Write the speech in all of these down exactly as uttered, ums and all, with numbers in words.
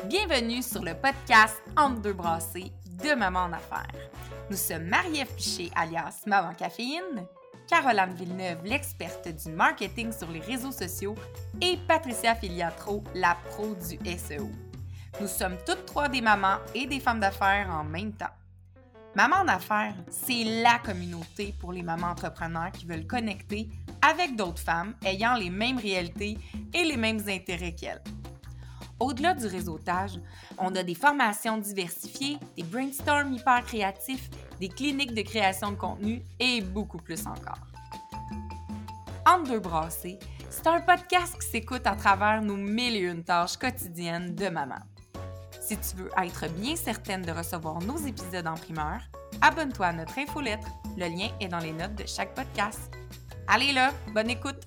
Bienvenue sur le podcast Entre deux brassées de Maman en affaires. Nous sommes Marie-Ève Piché, alias Maman Caféine, Caroline Villeneuve, l'experte du marketing sur les réseaux sociaux, et Patricia Filiatro, la pro du S E O. Nous sommes toutes trois des mamans et des femmes d'affaires en même temps. Maman en affaires, c'est la communauté pour les mamans entrepreneurs qui veulent connecter avec d'autres femmes ayant les mêmes réalités et les mêmes intérêts qu'elles. Au-delà du réseautage, on a des formations diversifiées, des brainstorms hyper créatifs, des cliniques de création de contenu et beaucoup plus encore. Entre deux brassées, c'est un podcast qui s'écoute à travers nos mille et une tâches quotidiennes de maman. Si tu veux être bien certaine de recevoir nos épisodes en primeur, abonne-toi à notre infolettre. Le lien est dans les notes de chaque podcast. Allez là, bonne écoute!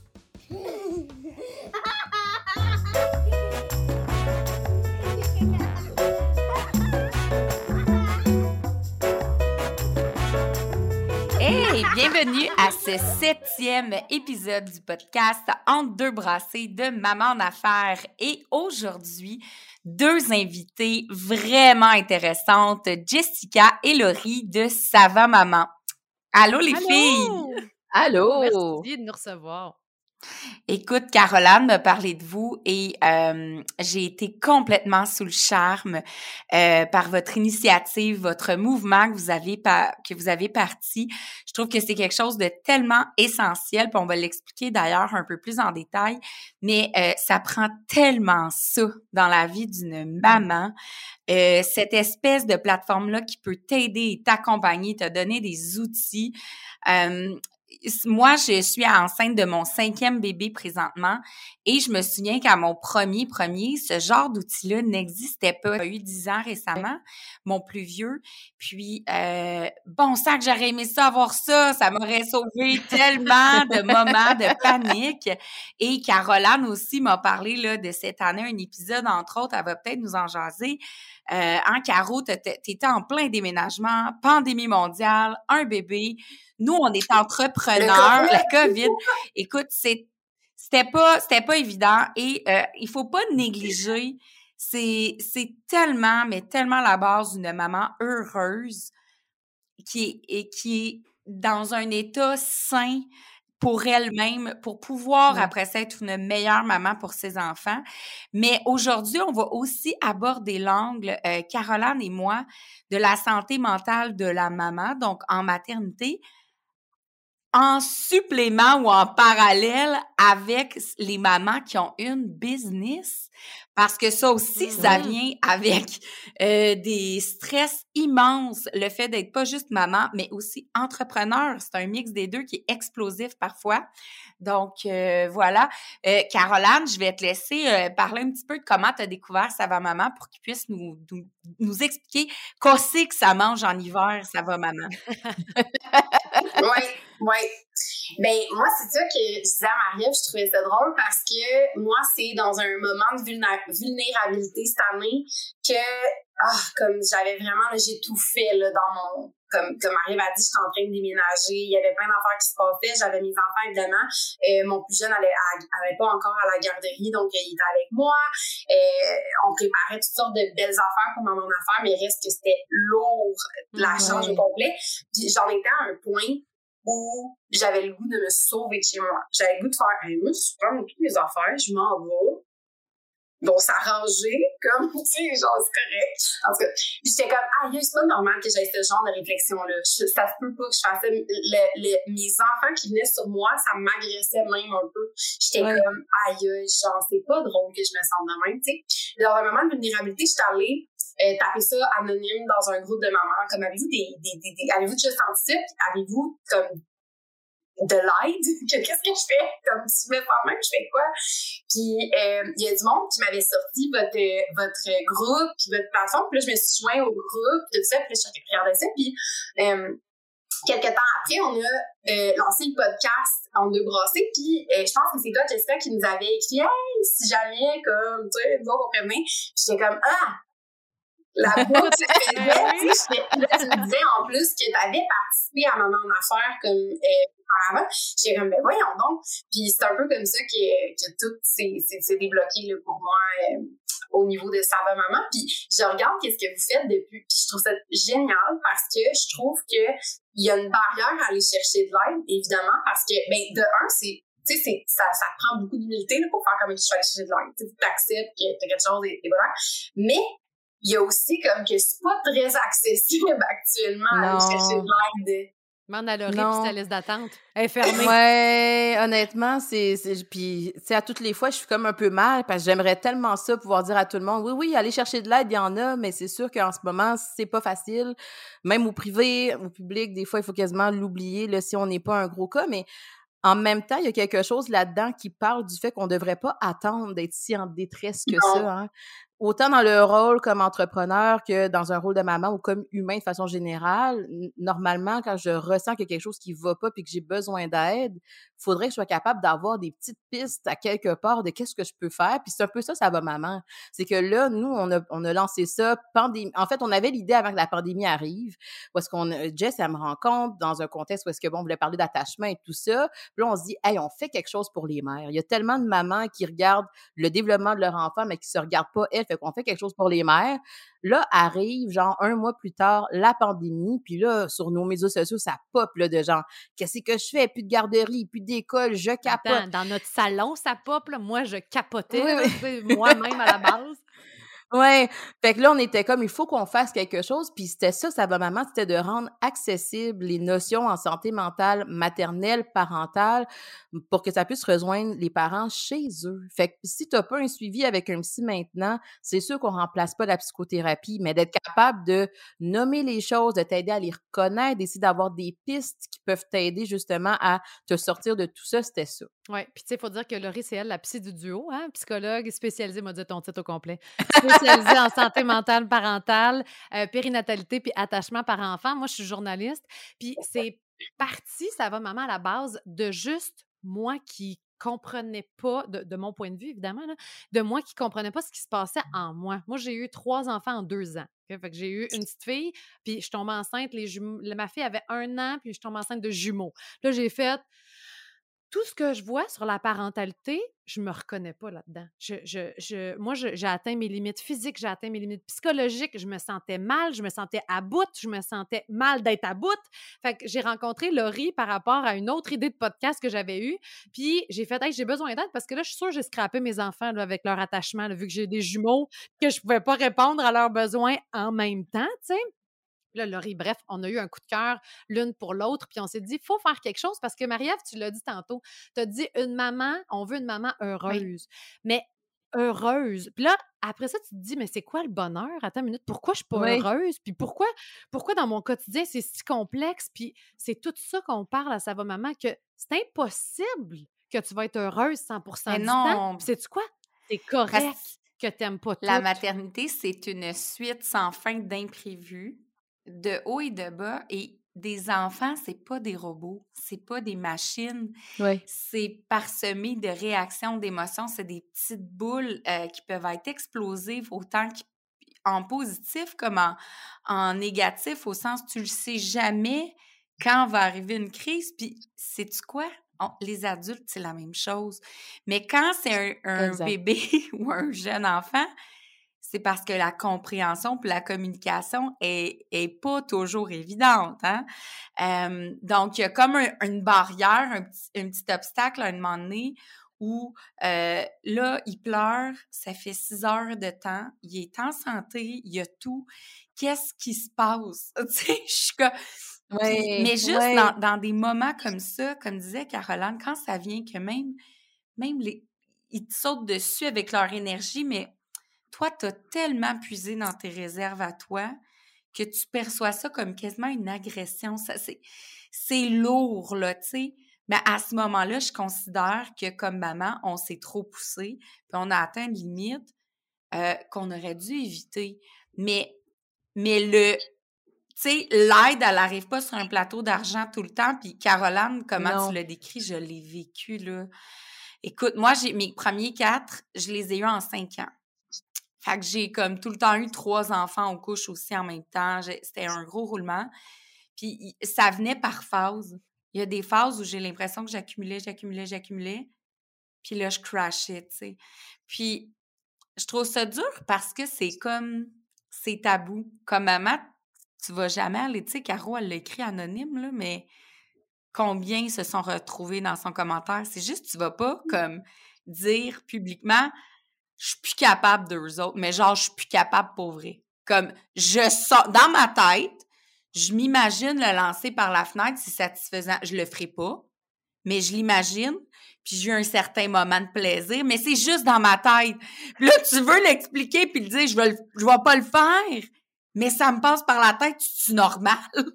Hey, bienvenue à ce septième épisode du podcast Entre deux brassées de Maman en affaires. Et aujourd'hui, deux invitées vraiment intéressantes, Jessica et Laurie de Ça va maman. Allô les Allô! filles! Allô! Merci de nous recevoir. Écoute, Caroline m'a parlé de vous et euh, j'ai été complètement sous le charme euh, par votre initiative, votre mouvement que vous avez pa- que vous avez parti. Je trouve que c'est quelque chose de tellement essentiel, puis on va l'expliquer d'ailleurs un peu plus en détail, mais euh, ça prend tellement ça dans la vie d'une maman. Euh, cette espèce de plateforme-là qui peut t'aider, t'accompagner, te donner des outils. Euh, Moi, je suis enceinte de mon cinquième bébé présentement et je me souviens qu'à mon premier premier, ce genre d'outil-là n'existait pas. J'ai eu dix ans récemment, mon plus vieux. Puis, euh, bon sang que j'aurais aimé ça, avoir ça. Ça m'aurait sauvé tellement de moments de panique. Et Caroline aussi m'a parlé là, de cette année, un épisode, entre autres, elle va peut-être nous en jaser. Euh, hein, Caro, t'étais en plein déménagement, pandémie mondiale, un bébé. Nous, on est entrepreneurs, la COVID. Écoute, c'est, c'était pas, c'était pas évident et euh, il faut pas négliger. C'est, c'est tellement, mais tellement la base d'une maman heureuse qui est, et qui est dans un état sain pour elle-même, pour pouvoir, Ouais. après ça, être une meilleure maman pour ses enfants. Mais aujourd'hui, on va aussi aborder l'angle, euh, Caroline et moi, de la santé mentale de la maman, donc en maternité, en supplément ou en parallèle avec les mamans qui ont une business, parce que ça aussi, Mm-hmm. ça vient avec euh, des stress immenses, le fait d'être pas juste maman, mais aussi entrepreneur. C'est un mix des deux qui est explosif parfois. Donc, euh, voilà. Euh, Caroline, je vais te laisser euh, parler un petit peu de comment tu as découvert Ça va maman pour qu'il puisse nous, nous, nous expliquer qu'est-ce que ça mange en hiver, Ça va maman. Oui, oui. Ben moi, c'est ça que je disais à Marie-Ève, je trouvais ça drôle parce que moi, c'est dans un moment de vulné- vulnérabilité cette année que, ah, comme j'avais vraiment, là, j'ai tout fait là, dans mon... Comme, comme Marie-Ève a dit, j'étais en train de déménager, il y avait plein d'affaires qui se passaient, j'avais mes enfants évidemment, euh, mon plus jeune allait, allait pas encore à la garderie, donc il était avec moi, euh, on préparait toutes sortes de belles affaires pour maman d'affaires, mais reste que c'était lourd, la Ouais. charge au complet, puis j'en étais à un point où j'avais le goût de me sauver de chez moi. J'avais le goût de faire « Hey, moi, je prends toutes mes affaires, je m'en vais. » Bon, s'arranger, comme, tu sais, genre, c'est correct. En tout cas, puis j'étais comme « Ah, c'est pas normal que j'aie ce genre de réflexion-là. Je, ça se peut pas que je fasse ça. » Le, le, mes enfants qui venaient sur moi, ça m'agressait même un peu. J'étais ouais. comme « Aïe, genre, c'est pas drôle que je me sente de même, tu sais. » Dans un moment de vulnérabilité, je suis allée Euh, taper ça anonyme dans un groupe de mamans. Comme, avez-vous des, des, des, des avez-vous déjà senti ça? Avez-vous, comme, de l'aide? Qu'est-ce que je fais? Comme, si je me fais même, je fais quoi? Puis, il euh, y a du monde qui m'avait sorti votre, euh, votre groupe, puis votre plateforme. Puis là, je me suis joint au groupe, tout ça. Puis là, je regardais ça. Puis, euh, quelques temps après, on a euh, lancé le podcast En deux brassées. Puis, euh, je pense que c'est toi, Jessica, qui nous avait écrit « Hey, si jamais, comme, tu sais, nous autres, on prévenait. » Puis j'étais comme « Ah! » La boucle se faisait, tu sais, là, tu me disais en plus que tu avais participé à Maman en affaires comme euh, avant. J'étais comme, ben voyons donc. Puis c'est un peu comme ça que, que tout s'est, s'est, s'est débloqué là, pour moi euh, au niveau de Ça va maman. Puis je regarde qu'est-ce que vous faites depuis, puis je trouve ça génial parce que je trouve que il y a une barrière à aller chercher de l'aide, évidemment, parce que, ben, de un, c'est, tu sais, c'est, ça, ça prend beaucoup d'humilité, là, pour faire comme, je suis allée chercher de l'aide. Tu sais, t'acceptes que t'as quelque chose et, et voilà. Mais, il y a aussi comme que c'est pas très accessible actuellement à aller chercher de l'aide. Demande à Laurie, puis sa liste d'attente. Elle est fermée. Ouais, honnêtement, c'est... c'est puis, tu sais, à toutes les fois, je suis comme un peu mal parce que j'aimerais tellement ça, pouvoir dire à tout le monde, oui, oui, allez chercher de l'aide, il y en a, mais c'est sûr qu'en ce moment, c'est pas facile. Même au privé, au public, des fois, il faut quasiment l'oublier, là, si on n'est pas un gros cas, mais en même temps, il y a quelque chose là-dedans qui parle du fait qu'on ne devrait pas attendre d'être si en détresse que Non. ça, hein. Autant dans le rôle comme entrepreneur que dans un rôle de maman ou comme humain de façon générale, n- normalement, quand je ressens qu'il y a quelque chose qui va pas puis que j'ai besoin d'aide, il faudrait que je sois capable d'avoir des petites pistes à quelque part de qu'est-ce que je peux faire. Puis c'est un peu ça, ça va maman. C'est que là, nous, on a, on a lancé ça pandémie. En fait, on avait l'idée avant que la pandémie arrive, parce qu'on a- Jess, elle me rencontre dans un contexte où est-ce que, bon, on voulait parler d'attachement et tout ça. Puis là, on se dit, hey, on fait quelque chose pour les mères. Il y a tellement de mamans qui regardent le développement de leur enfant, mais qui se regardent pas elles. Fait qu'on fait quelque chose pour les mères. Là, arrive, genre, un mois plus tard, la pandémie. Puis là, sur nos médias sociaux, ça pop, là, de genre, qu'est-ce que je fais? Plus de garderie, plus d'école, je capote. Attends, dans notre salon, ça pop, là. Moi, je capotais, Oui, là, oui. tu sais, moi-même à la base. Ouais, fait que là, on était comme, il faut qu'on fasse quelque chose, puis c'était ça, ça va maman, c'était de rendre accessibles les notions en santé mentale maternelle, parentale, pour que ça puisse rejoindre les parents chez eux. Fait que si t'as pas un suivi avec un psy maintenant, c'est sûr qu'on remplace pas la psychothérapie, mais d'être capable de nommer les choses, de t'aider à les reconnaître, d'essayer d'avoir des pistes qui peuvent t'aider justement à te sortir de tout ça, c'était ça. Oui, puis tu sais, il faut dire que Laurie, c'est elle, la psy du duo, hein, psychologue spécialisée, m'a dit ton titre au complet, spécialisée en santé mentale parentale, euh, périnatalité puis attachement par enfant. Moi, je suis journaliste, puis c'est parti, ça va maman à la base, de juste moi qui comprenais pas, de, de mon point de vue évidemment, là, de moi qui comprenais pas ce qui se passait en moi. Moi, j'ai eu trois enfants en deux ans. ok? Fait que j'ai eu une petite fille, puis je suis tombée enceinte, les jumeaux, ma fille avait un an, puis je suis tombée enceinte de jumeaux. Là, j'ai fait tout ce que je vois sur la parentalité, je me reconnais pas là-dedans. Je, je, je, moi, je- j'ai atteint mes limites physiques, j'ai atteint mes limites psychologiques, je me sentais mal, je me sentais à bout, je me sentais mal d'être à bout. Fait que j'ai rencontré Laurie par rapport à une autre idée de podcast que j'avais eue, puis j'ai fait hey, j'ai besoin d'aide parce que là, je suis sûre que j'ai scrappé mes enfants là, avec leur attachement, là, vu que j'ai des jumeaux, que je pouvais pas répondre à leurs besoins en même temps, tu sais. Là, Laurie, bref, on a eu un coup de cœur l'une pour l'autre, puis on s'est dit, il faut faire quelque chose parce que Marie-Ève, tu l'as dit tantôt, tu as dit une maman, on veut une maman heureuse. Mais heureuse. Puis là, après ça, tu te dis, mais c'est quoi le bonheur? Attends une minute, pourquoi je suis pas Oui. heureuse? Puis pourquoi, pourquoi dans mon quotidien, c'est si complexe? Puis c'est tout ça qu'on parle à Ça va maman, que c'est impossible que tu vas être heureuse cent pour cent Mais du temps. non, Puis sais-tu quoi? C'est correct parce que t'aimes pas tout. la maternité, c'est une suite sans fin d'imprévus, de haut et de bas. Et des enfants, c'est pas des robots, c'est pas des machines. Oui. C'est parsemé de réactions, d'émotions. C'est des petites boules euh, qui peuvent être explosives autant qu'- en positif comme en, en négatif, au sens tu le sais jamais quand va arriver une crise. Puis, sais-tu quoi? On- les adultes, c'est la même chose. Mais quand c'est un, un Exact. bébé ou un jeune enfant, c'est parce que la compréhension puis la communication est, est pas toujours évidente, hein? Euh, donc, il y a comme un- une barrière, un petit, un petit obstacle à un moment donné où euh, là, il pleure, ça fait six heures de temps, il est en santé, il y a tout. Qu'est-ce qui se passe? Tu sais, je suis comme... Puis, Oui, mais juste oui. dans, dans des moments comme ça, comme disait Caroline, quand ça vient que même, même les, ils te sautent dessus avec leur énergie, mais toi, tu as tellement puisé dans tes réserves à toi que tu perçois ça comme quasiment une agression. Ça, c'est, c'est lourd, là, tu sais. Mais à ce moment-là, je considère que comme maman, on s'est trop poussé, puis on a atteint une limite euh, qu'on aurait dû éviter. Mais, mais le, tu sais, l'aide, elle n'arrive pas sur un plateau d'argent tout le temps. Puis Caroline, comment Non. tu l'as décrit, je l'ai vécu, là. Écoute, moi, j'ai mes premiers quatre, je les ai eus en cinq ans. Fait que j'ai comme tout le temps eu trois enfants aux couches aussi en même temps. J'ai- C'était un gros roulement. Puis il- ça venait par phase. Il y a des phases où j'ai l'impression que j'accumulais, j'accumulais, j'accumulais. Puis là, je crashais, tu sais. Puis je trouve ça dur parce que c'est comme, c'est tabou. Comme maman, tu vas jamais aller, tu sais, Caro, elle l'a écrit anonyme, là, mais combien se sont retrouvés dans son commentaire? C'est juste, tu vas pas, comme, dire publiquement, je suis plus capable d'eux autres, mais genre, je suis plus capable pour vrai. Comme, je sors, dans ma tête, je m'imagine le lancer par la fenêtre, c'est satisfaisant. Je le ferai pas, mais je l'imagine, puis j'ai eu un certain moment de plaisir, mais c'est juste dans ma tête. Puis là, tu veux l'expliquer puis le dire, je vais, le, je vais pas le faire, mais ça me passe par la tête, c'est normal.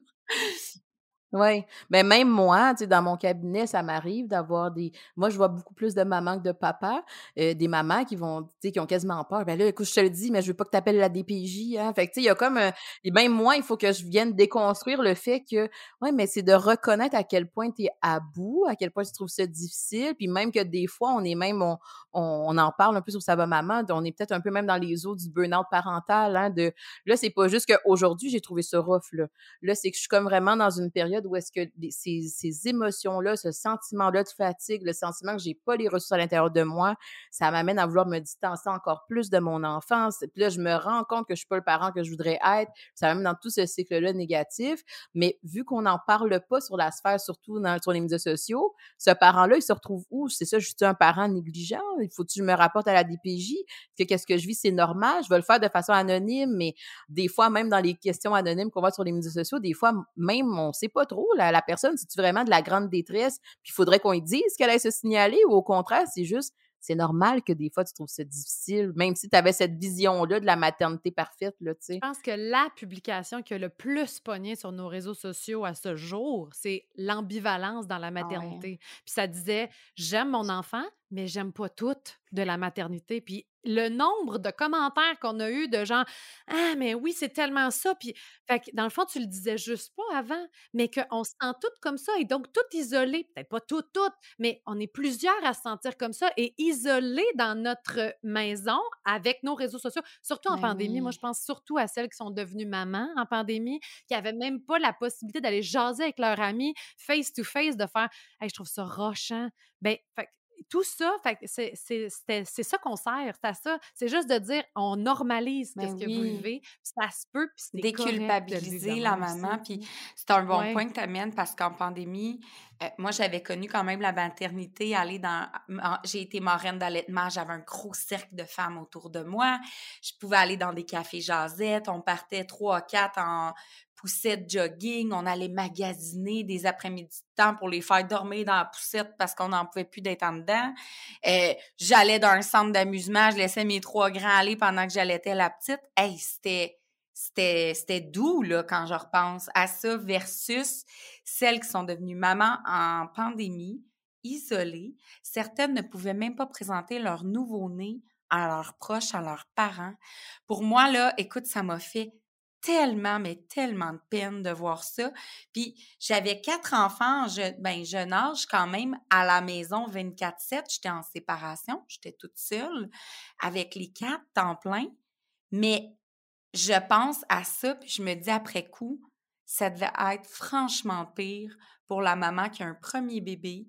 Oui. Ben même moi, tu sais, dans mon cabinet, ça m'arrive d'avoir des. Moi, je vois beaucoup plus de mamans que de papas. Euh, des mamans qui vont, tu sais, qui ont quasiment peur. Ben là, écoute, je te le dis, mais je veux pas que tu appelles la D P J. Hein. Fait que, tu sais, il y a comme. un- Et même moi, il faut que je vienne déconstruire le fait que, ouais, mais c'est de reconnaître à quel point tu es à bout, à quel point tu trouves ça difficile. Puis même que des fois, on est même, on, on, on en parle un peu sur Ça va maman. On est peut-être un peu même dans les eaux du burn-out parental. Hein, de, là, c'est pas juste qu'aujourd'hui, j'ai trouvé ça rough, là. Là, c'est que je suis comme vraiment dans une période où est-ce que les- ces, ces émotions-là, ce sentiment-là de fatigue, le sentiment que j'ai pas les ressources à l'intérieur de moi, ça m'amène à vouloir me distancer encore plus de mon enfance. Puis là, je me rends compte que je suis pas le parent que je voudrais être. Ça m'amène dans tout ce cycle-là négatif. Mais vu qu'on n'en parle pas sur la sphère, surtout dans, sur les médias sociaux, ce parent-là, il se retrouve où? C'est ça, je suis un parent négligent? Il faut que je me rapporte à la D P J? Que qu'est-ce que je vis, c'est normal? Je vais le faire de façon anonyme, mais des fois, même dans les questions anonymes qu'on voit sur les médias sociaux, des fois, même, on sait pas trop, la, la personne, c'est-tu vraiment de la grande détresse, puis il faudrait qu'on lui dise qu'elle aille se signaler, ou au contraire, c'est juste, c'est normal que des fois, tu trouves ça difficile, même si tu avais cette vision-là de la maternité parfaite, là, tu sais. Je pense que la publication qui a le plus pogné sur nos réseaux sociaux à ce jour, c'est l'ambivalence dans la Ouais. maternité. Puis ça disait, j'aime mon enfant, mais j'aime pas tout de la maternité. Puis le nombre de commentaires qu'on a eu de gens, ah, mais oui, c'est tellement ça. Puis, fait que dans le fond, tu le disais juste pas avant, mais qu'on se sent toutes comme ça et donc toutes isolées. Peut-être pas toutes, toutes, mais on est plusieurs à se sentir comme ça et isolées dans notre maison avec nos réseaux sociaux, surtout en Ben pandémie. Moi, oui. je pense surtout à celles qui sont devenues mamans en pandémie, qui n'avaient même pas la possibilité d'aller jaser avec leurs amis face-to-face, de faire « Hey, je trouve ça rochant ». Ben, fait que tout ça, fait que c'est c'est- c'était- c'est ça qu'on sert, c'est à ça. C'est juste de dire, on normalise Ben qu'est-ce que vous oui. vivez, puis ça se peut, puis c'est correct de le vivre Déculpabiliser de la même maman, aussi. puis c'est un bon Ouais. point que tu amènes parce qu'en pandémie, euh, moi, j'avais connu quand même la maternité, aller dans... en- J'ai été marraine d'allaitement, j'avais un gros cercle de femmes autour de moi. Je pouvais aller dans des cafés jasettes, on partait trois, quatre en poussette jogging, on allait magasiner des après-midi de temps pour les faire dormir dans la poussette parce qu'on n'en pouvait plus d'être en dedans. Euh, j'allais dans un centre d'amusement, je laissais mes trois grands aller pendant que j'allaitais la petite. Hey, c'était... C'était, c'était doux, là, quand je repense à ça, versus celles qui sont devenues mamans en pandémie, isolées. Certaines ne pouvaient même pas présenter leur nouveau-né à leurs proches, à leurs parents. Pour moi, là, écoute, ça m'a fait tellement, mais tellement de peine de voir ça. Puis, j'avais quatre enfants en je, ben, jeune âge quand même à la maison vingt-quatre sept. J'étais en séparation, j'étais toute seule avec les quatre temps plein. Mais je pense à ça, puis je me dis après coup, ça devait être franchement pire pour la maman qui a un premier bébé,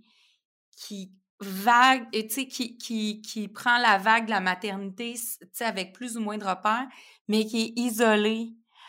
qui vague, et tu sais, qui, qui, qui prend la vague de la maternité, s- tu sais, avec plus ou moins de repères, mais qui est isolée.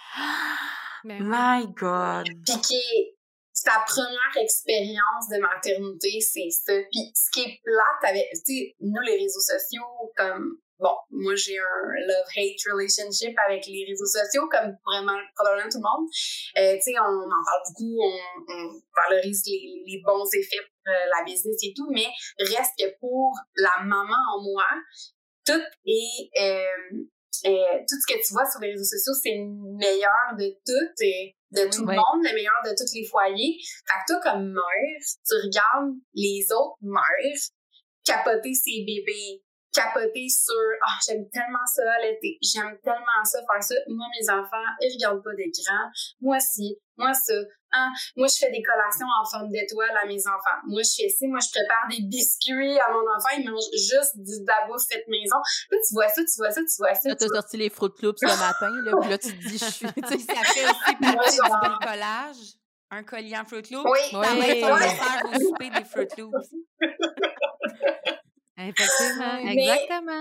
Ben oui. My God! Puis qui est sa première expérience de maternité, c'est ça. Puis ce qui est plate avec, tu sais, nous, les réseaux sociaux, comme, bon, moi, j'ai un love-hate relationship avec les réseaux sociaux, comme vraiment, probablement tout le monde. Euh, tu sais, on en parle beaucoup, on, on valorise les, les bons effets pour euh, la business et tout, mais reste que pour la maman en moi, tout est... Euh, euh, tout ce que tu vois sur les réseaux sociaux, c'est le meilleur de tout et de tout Oui. le monde, le meilleur de tous les foyers. Fait que toi, comme mère, tu regardes les autres mères capoter ses bébés, capoter sur « Ah, oh, j'aime tellement ça l'été, j'aime tellement ça faire ça. Moi, mes enfants, ils regardent pas d'écran. Moi, si, moi, ça. Hein? Moi, je fais des collations en forme d'étoile à mes enfants. Moi, je fais ci, moi, je prépare des biscuits à mon enfant, il mange juste du, de la bouffe faite maison. » Là, tu vois ça, tu vois ça, tu vois ça. Là, t'as sorti les Fruit Loops le matin, là, puis là, tu te dis, je suis, tu sais, Ça fait aussi Moi, partie genre- du bricolage. Un collier en Fruit Loops. Oui, T'amènes ton oui. dessert au souper des Fruit Loops. Effectivement, Ouais. Mais- exactement.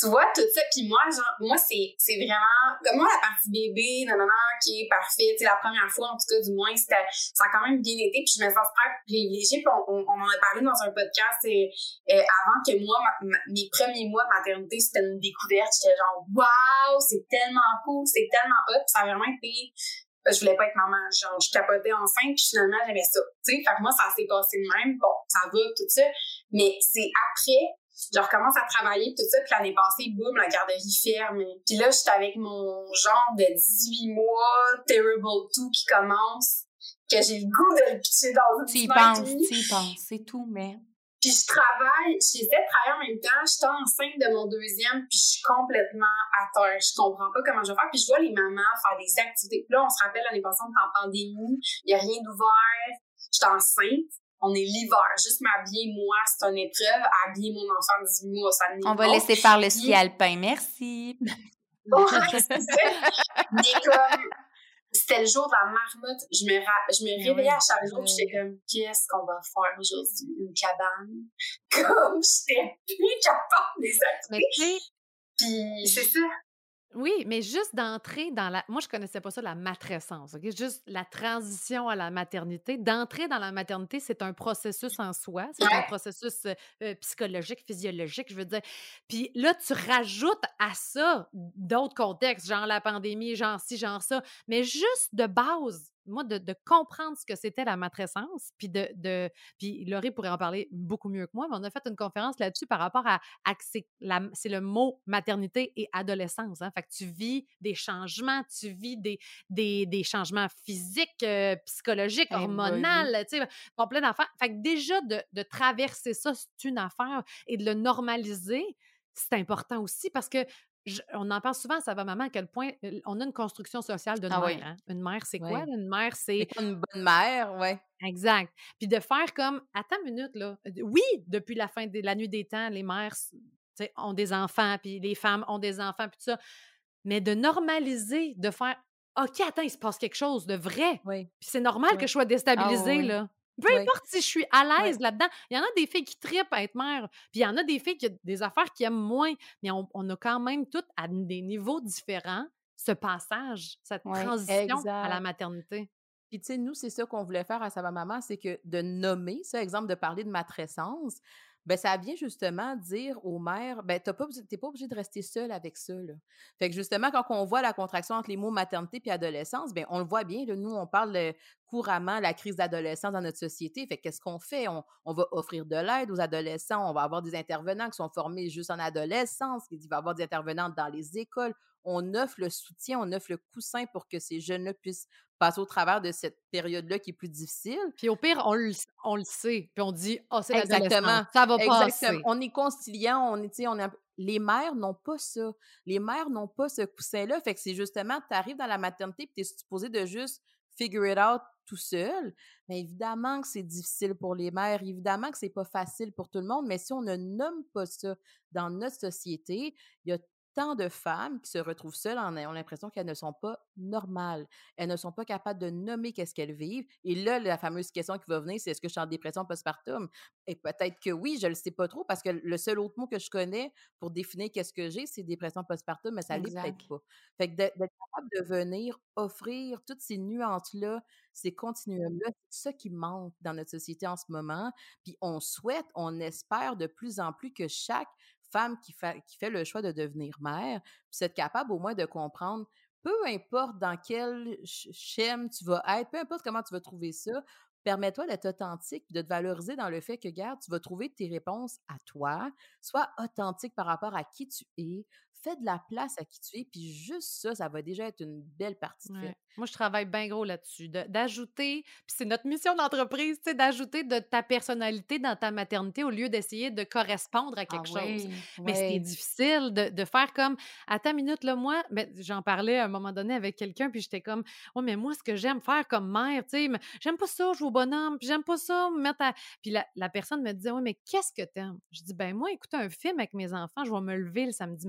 tu vois, tout ça, puis moi, genre, moi, c'est, c'est vraiment, comme moi, la partie bébé, non, non, non, qui est parfaite, tu sais, la première fois, en tout cas, du moins, c'était, ça a quand même bien été, puis je me sens super privilégiée, puis on, on, on en a parlé dans un podcast, et, et avant que moi, ma, ma, mes premiers mois de maternité, c'était une découverte, j'étais genre, waouh, c'est tellement cool, c'est tellement hot, puis ça a vraiment été, je voulais pas être maman, genre, je capotais enceinte, puis finalement, j'aimais ça, tu sais, fait que moi, ça s'est passé de même, bon, ça va, tout ça, mais c'est après, je recommence à travailler tout ça, puis l'année passée, boum, la garderie ferme. Puis là, j'étais avec mon genre de dix-huit mois, Terrible deux qui commence, que j'ai le goût de le pitcher dans une Tu y fenêtre. penses, tu y penses, c'est tout, mais... Puis je travaille, j'essaie de travailler en même temps, je suis enceinte de mon deuxième, puis je suis complètement à terre. Je comprends pas comment je vais faire, puis je vois les mamans faire des activités. Puis là, on se rappelle, l'année passée, on était en pandémie, il y a rien d'ouvert, j'étais enceinte. On est l'hiver, juste m'habiller, moi, c'est une épreuve. Habiller mon enfant de dix-huit mois, ça n'est pas. On va laisser faire le ski alpin, merci. Ouais, c'est ça. Mais comme, c'était le jour de la marmotte, je me, ra- je me réveillais à chaque jour, puis j'étais comme, qu'est-ce qu'on va faire aujourd'hui? Une cabane? Comme, j'étais plus capable des Mais activités. tu sais, Puis c'est ça. oui, mais juste d'entrer dans la... Moi, je connaissais pas ça, la matrescence, OK? Juste la transition à la maternité. D'entrer dans la maternité, c'est un processus en soi. C'est un Ouais. processus euh, euh, psychologique, physiologique, je veux dire. Puis là, tu rajoutes à ça d'autres contextes, genre la pandémie, genre ci, genre ça. Mais juste de base, moi, de, de comprendre ce que c'était la matrescence, puis de, de... Puis Laurie pourrait en parler beaucoup mieux que moi, mais on a fait une conférence là-dessus par rapport à, à que c'est, la, c'est le mot maternité et adolescence. Hein? Fait que tu vis des changements, tu vis des, des, des changements physiques, euh, psychologiques, Eh boy, oui. hormonaux, tu sais, bon, plein d'affaires. Fait que déjà, de, de traverser ça, c'est une affaire, et de le normaliser, c'est important aussi parce que je- on en parle souvent, ça va maman, à quel point euh, on a une construction sociale d'une Ah mère. oui. Hein? Une mère, c'est quoi? Ouais. Une mère, c'est C'est quoi une bonne mère, ouais. exact. Puis de faire comme, attends une minute, là. Euh, Oui, depuis la fin de la nuit des temps, les mères s- tu sais, ont des enfants, puis les femmes ont des enfants, puis tout ça. Mais de normaliser, de faire, OK, attends, il se passe quelque chose de vrai. Oui, Puis c'est normal que oui, je sois Ah déstabilisée, oui. là. Peu oui, importe si je suis à oui. l'aise là-dedans. Il y en a des filles qui trippent à être mère, puis il y en a des filles qui ont des affaires qui aiment moins. Mais on, on a quand même toutes, à des niveaux différents, ce passage, cette Ouais. transition à la Exact. maternité. Puis, tu sais, nous, c'est ça qu'on voulait faire à Ça va maman, c'est que de nommer ça, exemple, de parler de matrescence, ben ça vient justement dire aux mères, ben t'as pas, obli- t'es pas obligé de rester seule avec ça, là. Fait que justement, quand on voit la contraction entre les mots maternité puis adolescence, ben on le voit bien, là, nous, on parle euh, couramment de la crise d'adolescence dans notre société. Fait que qu'est-ce qu'on fait? On, on va offrir de l'aide aux adolescents, on va avoir des intervenants qui sont formés juste en adolescence, il va y avoir des intervenantes dans les écoles. On offre le soutien, on offre le coussin pour que ces jeunes-là puissent passer au travers de cette période-là qui est plus difficile. Puis au pire, on le, on le sait. Puis on dit, oh, c'est l'adolescence. Exactement. Ça va Exactement. passer. On est conciliant, on est, tu sais, on est un peu- les mères n'ont pas ça. Les mères n'ont pas ce coussin-là. Fait que c'est justement, tu arrives dans la maternité puis tu es supposé de juste figure it out tout seul. Mais évidemment que c'est difficile pour les mères. Évidemment que c'est pas facile pour tout le monde. Mais si on ne nomme pas ça dans notre société, il y a tant de femmes qui se retrouvent seules en ayant l'impression qu'elles ne sont pas normales. Elles ne sont pas capables de nommer qu'est-ce qu'elles vivent. Et là, la fameuse question qui va venir, c'est est-ce que je suis en dépression postpartum? Et peut-être que oui, je le sais pas trop parce que le seul autre mot que je connais pour définir qu'est-ce que j'ai, c'est dépression postpartum, mais ça l'est Exact. peut-être pas. Fait que d'être d'être capable de venir offrir toutes ces nuances-là, ces continuums-là, c'est ça qui manque dans notre société en ce moment. Puis on souhaite, on espère de plus en plus que chaque femme qui fait, qui fait le choix de devenir mère puisse être capable au moins de comprendre, peu importe dans quel ch- schème tu vas être, peu importe comment tu vas trouver ça, permets-toi d'être authentique, de te valoriser dans le fait que, regarde, tu vas trouver tes réponses à toi, sois authentique par rapport à qui tu es, fais de la place à qui tu es, puis juste ça, ça va déjà être une belle partie de Ouais. fait. Moi, je travaille bien gros là-dessus, de- d'ajouter, puis c'est notre mission d'entreprise, tu sais, d'ajouter de ta personnalité dans ta maternité au lieu d'essayer de correspondre à Ah quelque chose. oui. Mais c'est Ouais. difficile de, de faire comme, attends une minute, là, moi, ben, j'en parlais à un moment donné avec quelqu'un, puis j'étais comme, oh, mais moi, ce que j'aime faire comme mère, tu sais, mais j'aime pas ça jouer au bonhomme, puis j'aime pas ça me mettre à... Puis la, la personne me disait, oui, mais qu'est-ce que t'aimes? Je dis, ben moi, écouter un film avec mes enfants, je vais me lever le samedi matin.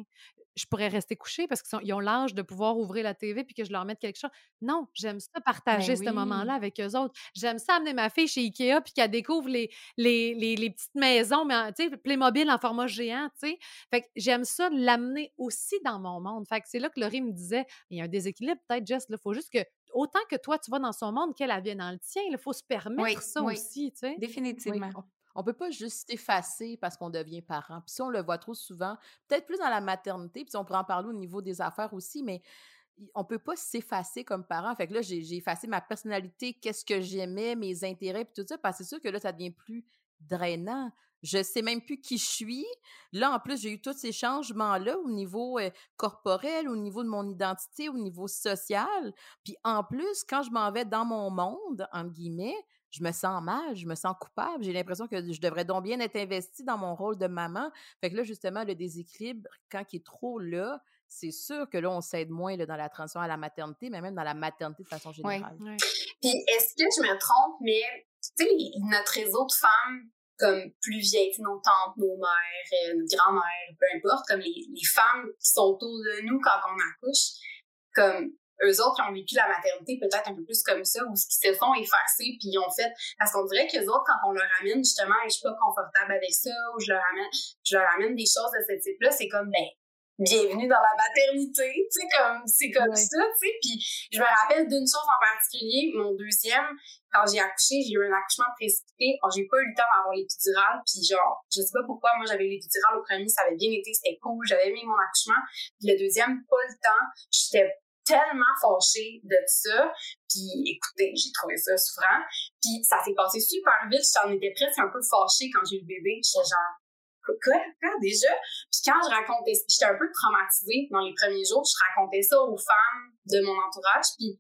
je pourrais rester couchée parce qu'ils ont l'âge de pouvoir ouvrir la T V puis que je leur mette quelque chose. Non, j'aime ça partager Ben ce moment-là oui. avec eux autres. J'aime ça amener ma fille chez Ikea puis qu'elle découvre les, les, les, les petites maisons, mais en- tu sais, Playmobil en format géant, tu sais. Fait que j'aime ça l'amener aussi dans mon monde. Fait que c'est là que Laurie me disait, il y a un déséquilibre peut-être, Jess, il faut juste que, autant que toi, tu vas dans son monde, qu'elle elle vient dans le tien, il faut se permettre Oui, ça oui, aussi, tu sais. Oui, définitivement. on on peut pas juste s'effacer parce qu'on devient parent. Puis ça, on le voit trop souvent, peut-être plus dans la maternité, puis on pourrait en parler au niveau des affaires aussi, mais i on peut pas s'effacer comme parent. Fait que là, j'ai j'ai effacé ma personnalité, qu'est-ce que j'aimais, mes intérêts, puis tout ça, parce que c'est sûr que là, ça devient plus drainant. Je sais même plus qui je suis. Là, en plus, j'ai eu tous ces changements-là au niveau, heu, corporel, au niveau de mon identité, au niveau social. Puis en plus, quand je m'en vais dans mon monde, entre guillemets, je me sens mal, je me sens coupable. J'ai l'impression que je devrais donc bien être investie dans mon rôle de maman. Fait que là, justement, le déséquilibre, quand il est trop là, c'est sûr que là, on s'aide moins là, dans la transition à la maternité, mais même dans la maternité de façon Oui. générale. Ouais. Puis est-ce que je me trompe, mais tu sais, les- notre réseau de femmes comme plus vieilles, tu sais, nos tantes, nos mères, euh, nos grand-mères, peu importe, comme les, les femmes qui sont autour de nous quand on accouche, comme eux autres qui ont vécu la maternité peut-être un peu plus comme ça, ou qui se sont effacés, puis ils ont fait... Parce qu'on dirait qu'eux autres, quand on leur amène justement, je suis pas confortable avec ça, ou je leur amène, je leur amène des choses de ce type-là, c'est comme, ben, bienvenue dans la maternité, tu sais, comme, c'est comme Ouais. ça, tu sais. Puis je me rappelle d'une chose en particulier, mon deuxième, quand j'ai accouché, j'ai eu un accouchement précipité. Alors, j'ai pas eu le temps d'avoir l'épidurale, puis genre, je sais pas pourquoi, moi, j'avais eu l'épidurale au premier, ça avait bien été, c'était cool, j'avais aimé mon accouchement. Puis le deuxième, pas le temps, j'étais tellement fâchée de ça. Puis écoutez, j'ai trouvé ça souffrant. Puis ça s'est passé super vite, j'en étais presque un peu fâchée quand j'ai eu le bébé. J'étais genre, quoi, quoi, déjà? Puis quand je racontais, j'étais un peu traumatisée dans les premiers jours, je racontais ça aux femmes de mon entourage, puis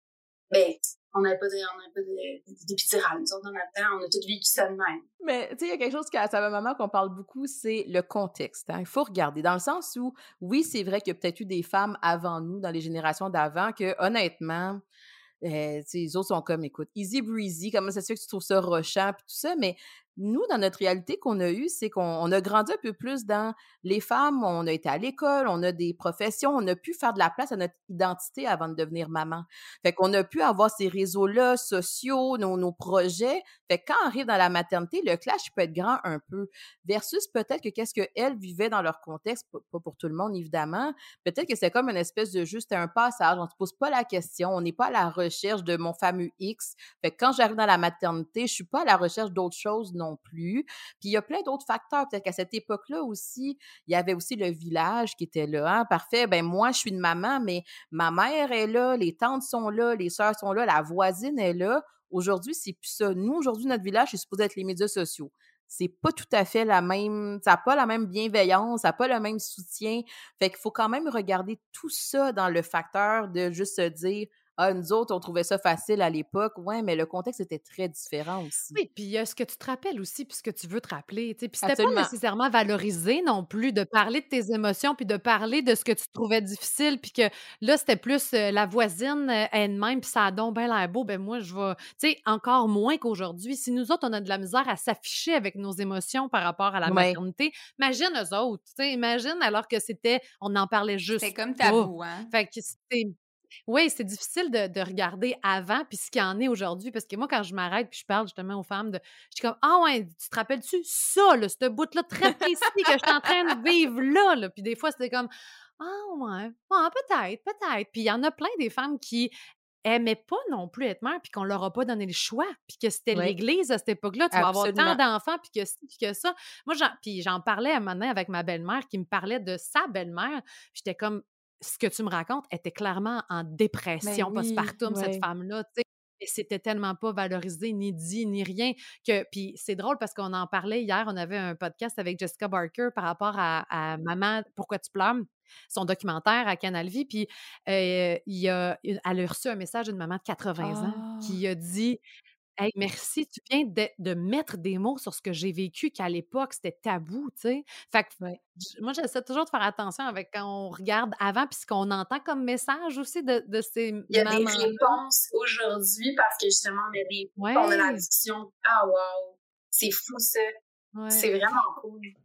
ben, on n'avait pas de, on n'avait pas de, d'épidurale, nous autres, dans notre temps, on a tous vécu ça de même. Mais tu sais, il y a quelque chose qui, à sa maman qu'on parle beaucoup, c'est le contexte. Hein. Il faut regarder. Dans le sens où, oui, c'est vrai qu'il y a peut-être eu des femmes avant nous, dans les générations d'avant, que honnêtement, euh, tu sais, les autres sont comme, écoute, easy breezy, comment ça se fait que tu trouves ça rochant, puis tout ça, mais nous, dans notre réalité qu'on a eue, c'est qu'on on a grandi un peu plus dans les femmes, on a été à l'école, on a des professions, on a pu faire de la place à notre identité avant de devenir maman. Fait qu'on a pu avoir ces réseaux-là sociaux, nos, nos projets. Fait que quand on arrive dans la maternité, le clash peut être grand un peu. Versus peut-être que qu'est-ce qu'elles vivaient dans leur contexte, pas pas pour tout le monde, évidemment. Peut-être que c'est comme une espèce de juste un passage. On ne se pose pas la question. On n'est pas à la recherche de mon fameux X. Fait que quand j'arrive dans la maternité, je suis pas à la recherche d'autres choses non plus. Puis il y a plein d'autres facteurs. Peut-être qu'à cette époque-là aussi, il y avait aussi le village qui était là. Hein? Parfait. Ben moi, je suis une maman, mais ma mère est là, les tantes sont là, les sœurs sont là, la voisine est là. Aujourd'hui, c'est plus ça. Nous, aujourd'hui, notre village, c'est supposé être les médias sociaux. C'est pas tout à fait la même, ça n'a pas la même bienveillance, ça n'a pas le même soutien. Fait qu'il faut quand même regarder tout ça dans le facteur de juste se dire, ah, nous autres, on trouvait ça facile à l'époque. Ouais, mais le contexte était très différent aussi. Oui, puis il y a ce que tu te rappelles aussi, puis ce que tu veux te rappeler. tu sais. Puis c'était pas Absolument. nécessairement valorisé non plus de parler de tes émotions, puis de parler de ce que tu trouvais difficile, puis que là, c'était plus euh, la voisine euh, elle-même, puis ça a donc bien l'air beau. Ben moi, je vais. Tu sais, encore moins qu'aujourd'hui. Si nous autres, on a de la misère à s'afficher avec nos émotions par rapport à la Ouais. maternité, imagine eux autres. tu sais, Imagine alors que c'était. On en parlait juste. C'était comme pas. tabou, hein? Fait que c'était. Oui, c'est difficile de, de regarder avant puis ce qu'il y en est aujourd'hui. Parce que moi, quand je m'arrête puis je parle justement aux femmes, de, je suis comme, ah ouais, tu te rappelles-tu ça, là, ce bout-là très précis que je suis en train de vivre là, là. Puis des fois, c'était comme, ah ouais, ah, peut-être, peut-être. Puis il y en a plein des femmes qui aimaient pas non plus être mère puis qu'on leur a pas donné le choix puis que c'était Ouais. l'Église à cette époque-là. Tu vas avoir tant Absolument. d'enfants puis que ci puis que ça. Moi, j'en, puis j'en parlais à un moment donné avec ma belle-mère qui me parlait de sa belle-mère. Puis j'étais comme, ce que tu me racontes était clairement en Ben dépression oui, postpartum, cette Ouais. femme-là, tu sais. Et c'était tellement pas valorisé, ni dit, ni rien. Que, puis c'est drôle parce qu'on en parlait hier, on avait un podcast avec Jessica Barker par rapport à, à Maman, pourquoi tu pleures? Son documentaire à Canal Vie. Puis euh, il y a, elle a reçu un message d'une maman de quatre-vingts ans Ah, qui a dit Hey, merci, tu viens de, de mettre des mots sur ce que j'ai vécu, qu'à l'époque, c'était tabou, tu sais. Fait que Ouais. j- moi, j'essaie toujours de faire attention avec quand on regarde avant, puis ce qu'on entend comme message aussi de, de ces Il y a des mamans-là. réponses aujourd'hui parce que justement, on a, des, on a la Ouais, discussion. Ah, wow! C'est fou, ça. ouais. C'est vraiment cool.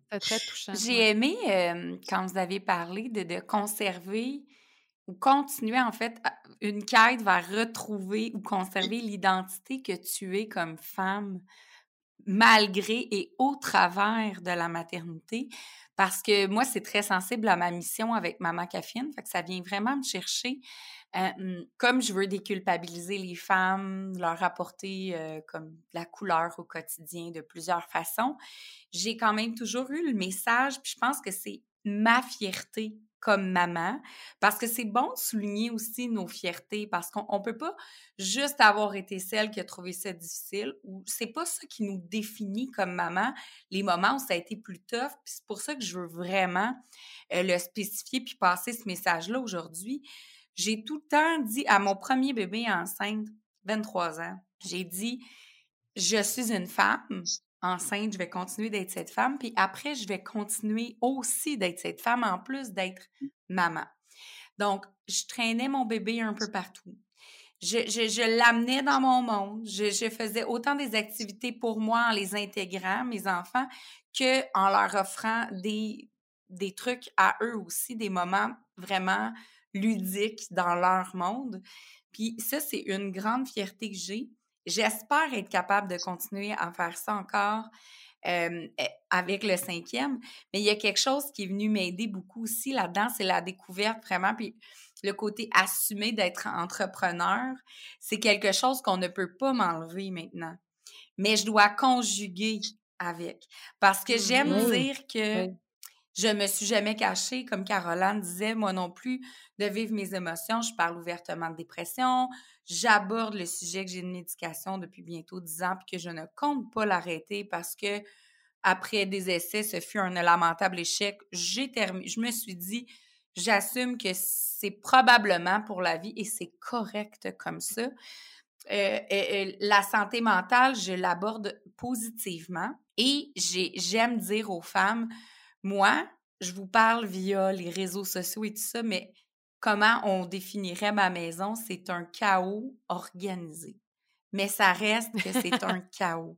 C'était très touchant, J'ai ouais. aimé, euh, quand vous avez parlé de, de conserver ou continuer, en fait, à- une quête vers retrouver ou conserver l'identité que tu es comme femme, malgré et au travers de la maternité. Parce que moi, c'est très sensible à ma mission avec Maman Caffine. Fait que ça vient vraiment me chercher. Euh, hum, comme je veux déculpabiliser les femmes, leur apporter euh, comme de la couleur au quotidien de plusieurs façons, j'ai quand même toujours eu le message, puis je pense que c'est ma fierté comme maman, parce que c'est bon de souligner aussi nos fiertés, parce qu'on on peut pas juste avoir été celle qui a trouvé ça difficile, ou c'est pas ça qui nous définit comme maman, les moments où ça a été plus tough, puis c'est pour ça que je veux vraiment euh, le spécifier puis passer ce message-là aujourd'hui. J'ai tout le temps dit à mon premier bébé enceinte, vingt-trois ans, j'ai dit, je suis une femme enceinte, je vais continuer d'être cette femme, puis après, je vais continuer aussi d'être cette femme, en plus d'être maman. Donc, je traînais mon bébé un peu partout. Je, je, je l'amenais dans mon monde. Je, je faisais autant des activités pour moi en les intégrant, mes enfants, qu'en leur offrant des, des trucs à eux aussi, des moments vraiment ludiques dans leur monde. Puis ça, c'est une grande fierté que j'ai. J'espère être capable de continuer à faire ça encore euh, avec le cinquième. Mais il y a quelque chose qui est venu m'aider beaucoup aussi là-dedans, c'est la découverte vraiment, puis le côté assumé d'être entrepreneur. C'est quelque chose qu'on ne peut pas m'enlever maintenant. Mais je dois conjuguer avec. Parce que j'aime Oui, dire que oui. je me suis jamais cachée, comme Caroline disait, moi non plus, de vivre mes émotions. Je parle ouvertement de dépression. J'aborde le sujet que j'ai une médication depuis bientôt dix ans puis que je ne compte pas l'arrêter parce que après des essais, ce fut un lamentable échec. J'ai terminé. Je me suis dit, j'assume que c'est probablement pour la vie et c'est correct comme ça. Euh, euh, euh, la santé mentale, je l'aborde positivement et j'ai, j'aime dire aux femmes, moi, je vous parle via les réseaux sociaux et tout ça, mais comment on définirait ma maison? C'est un chaos organisé. Mais ça reste que c'est un chaos.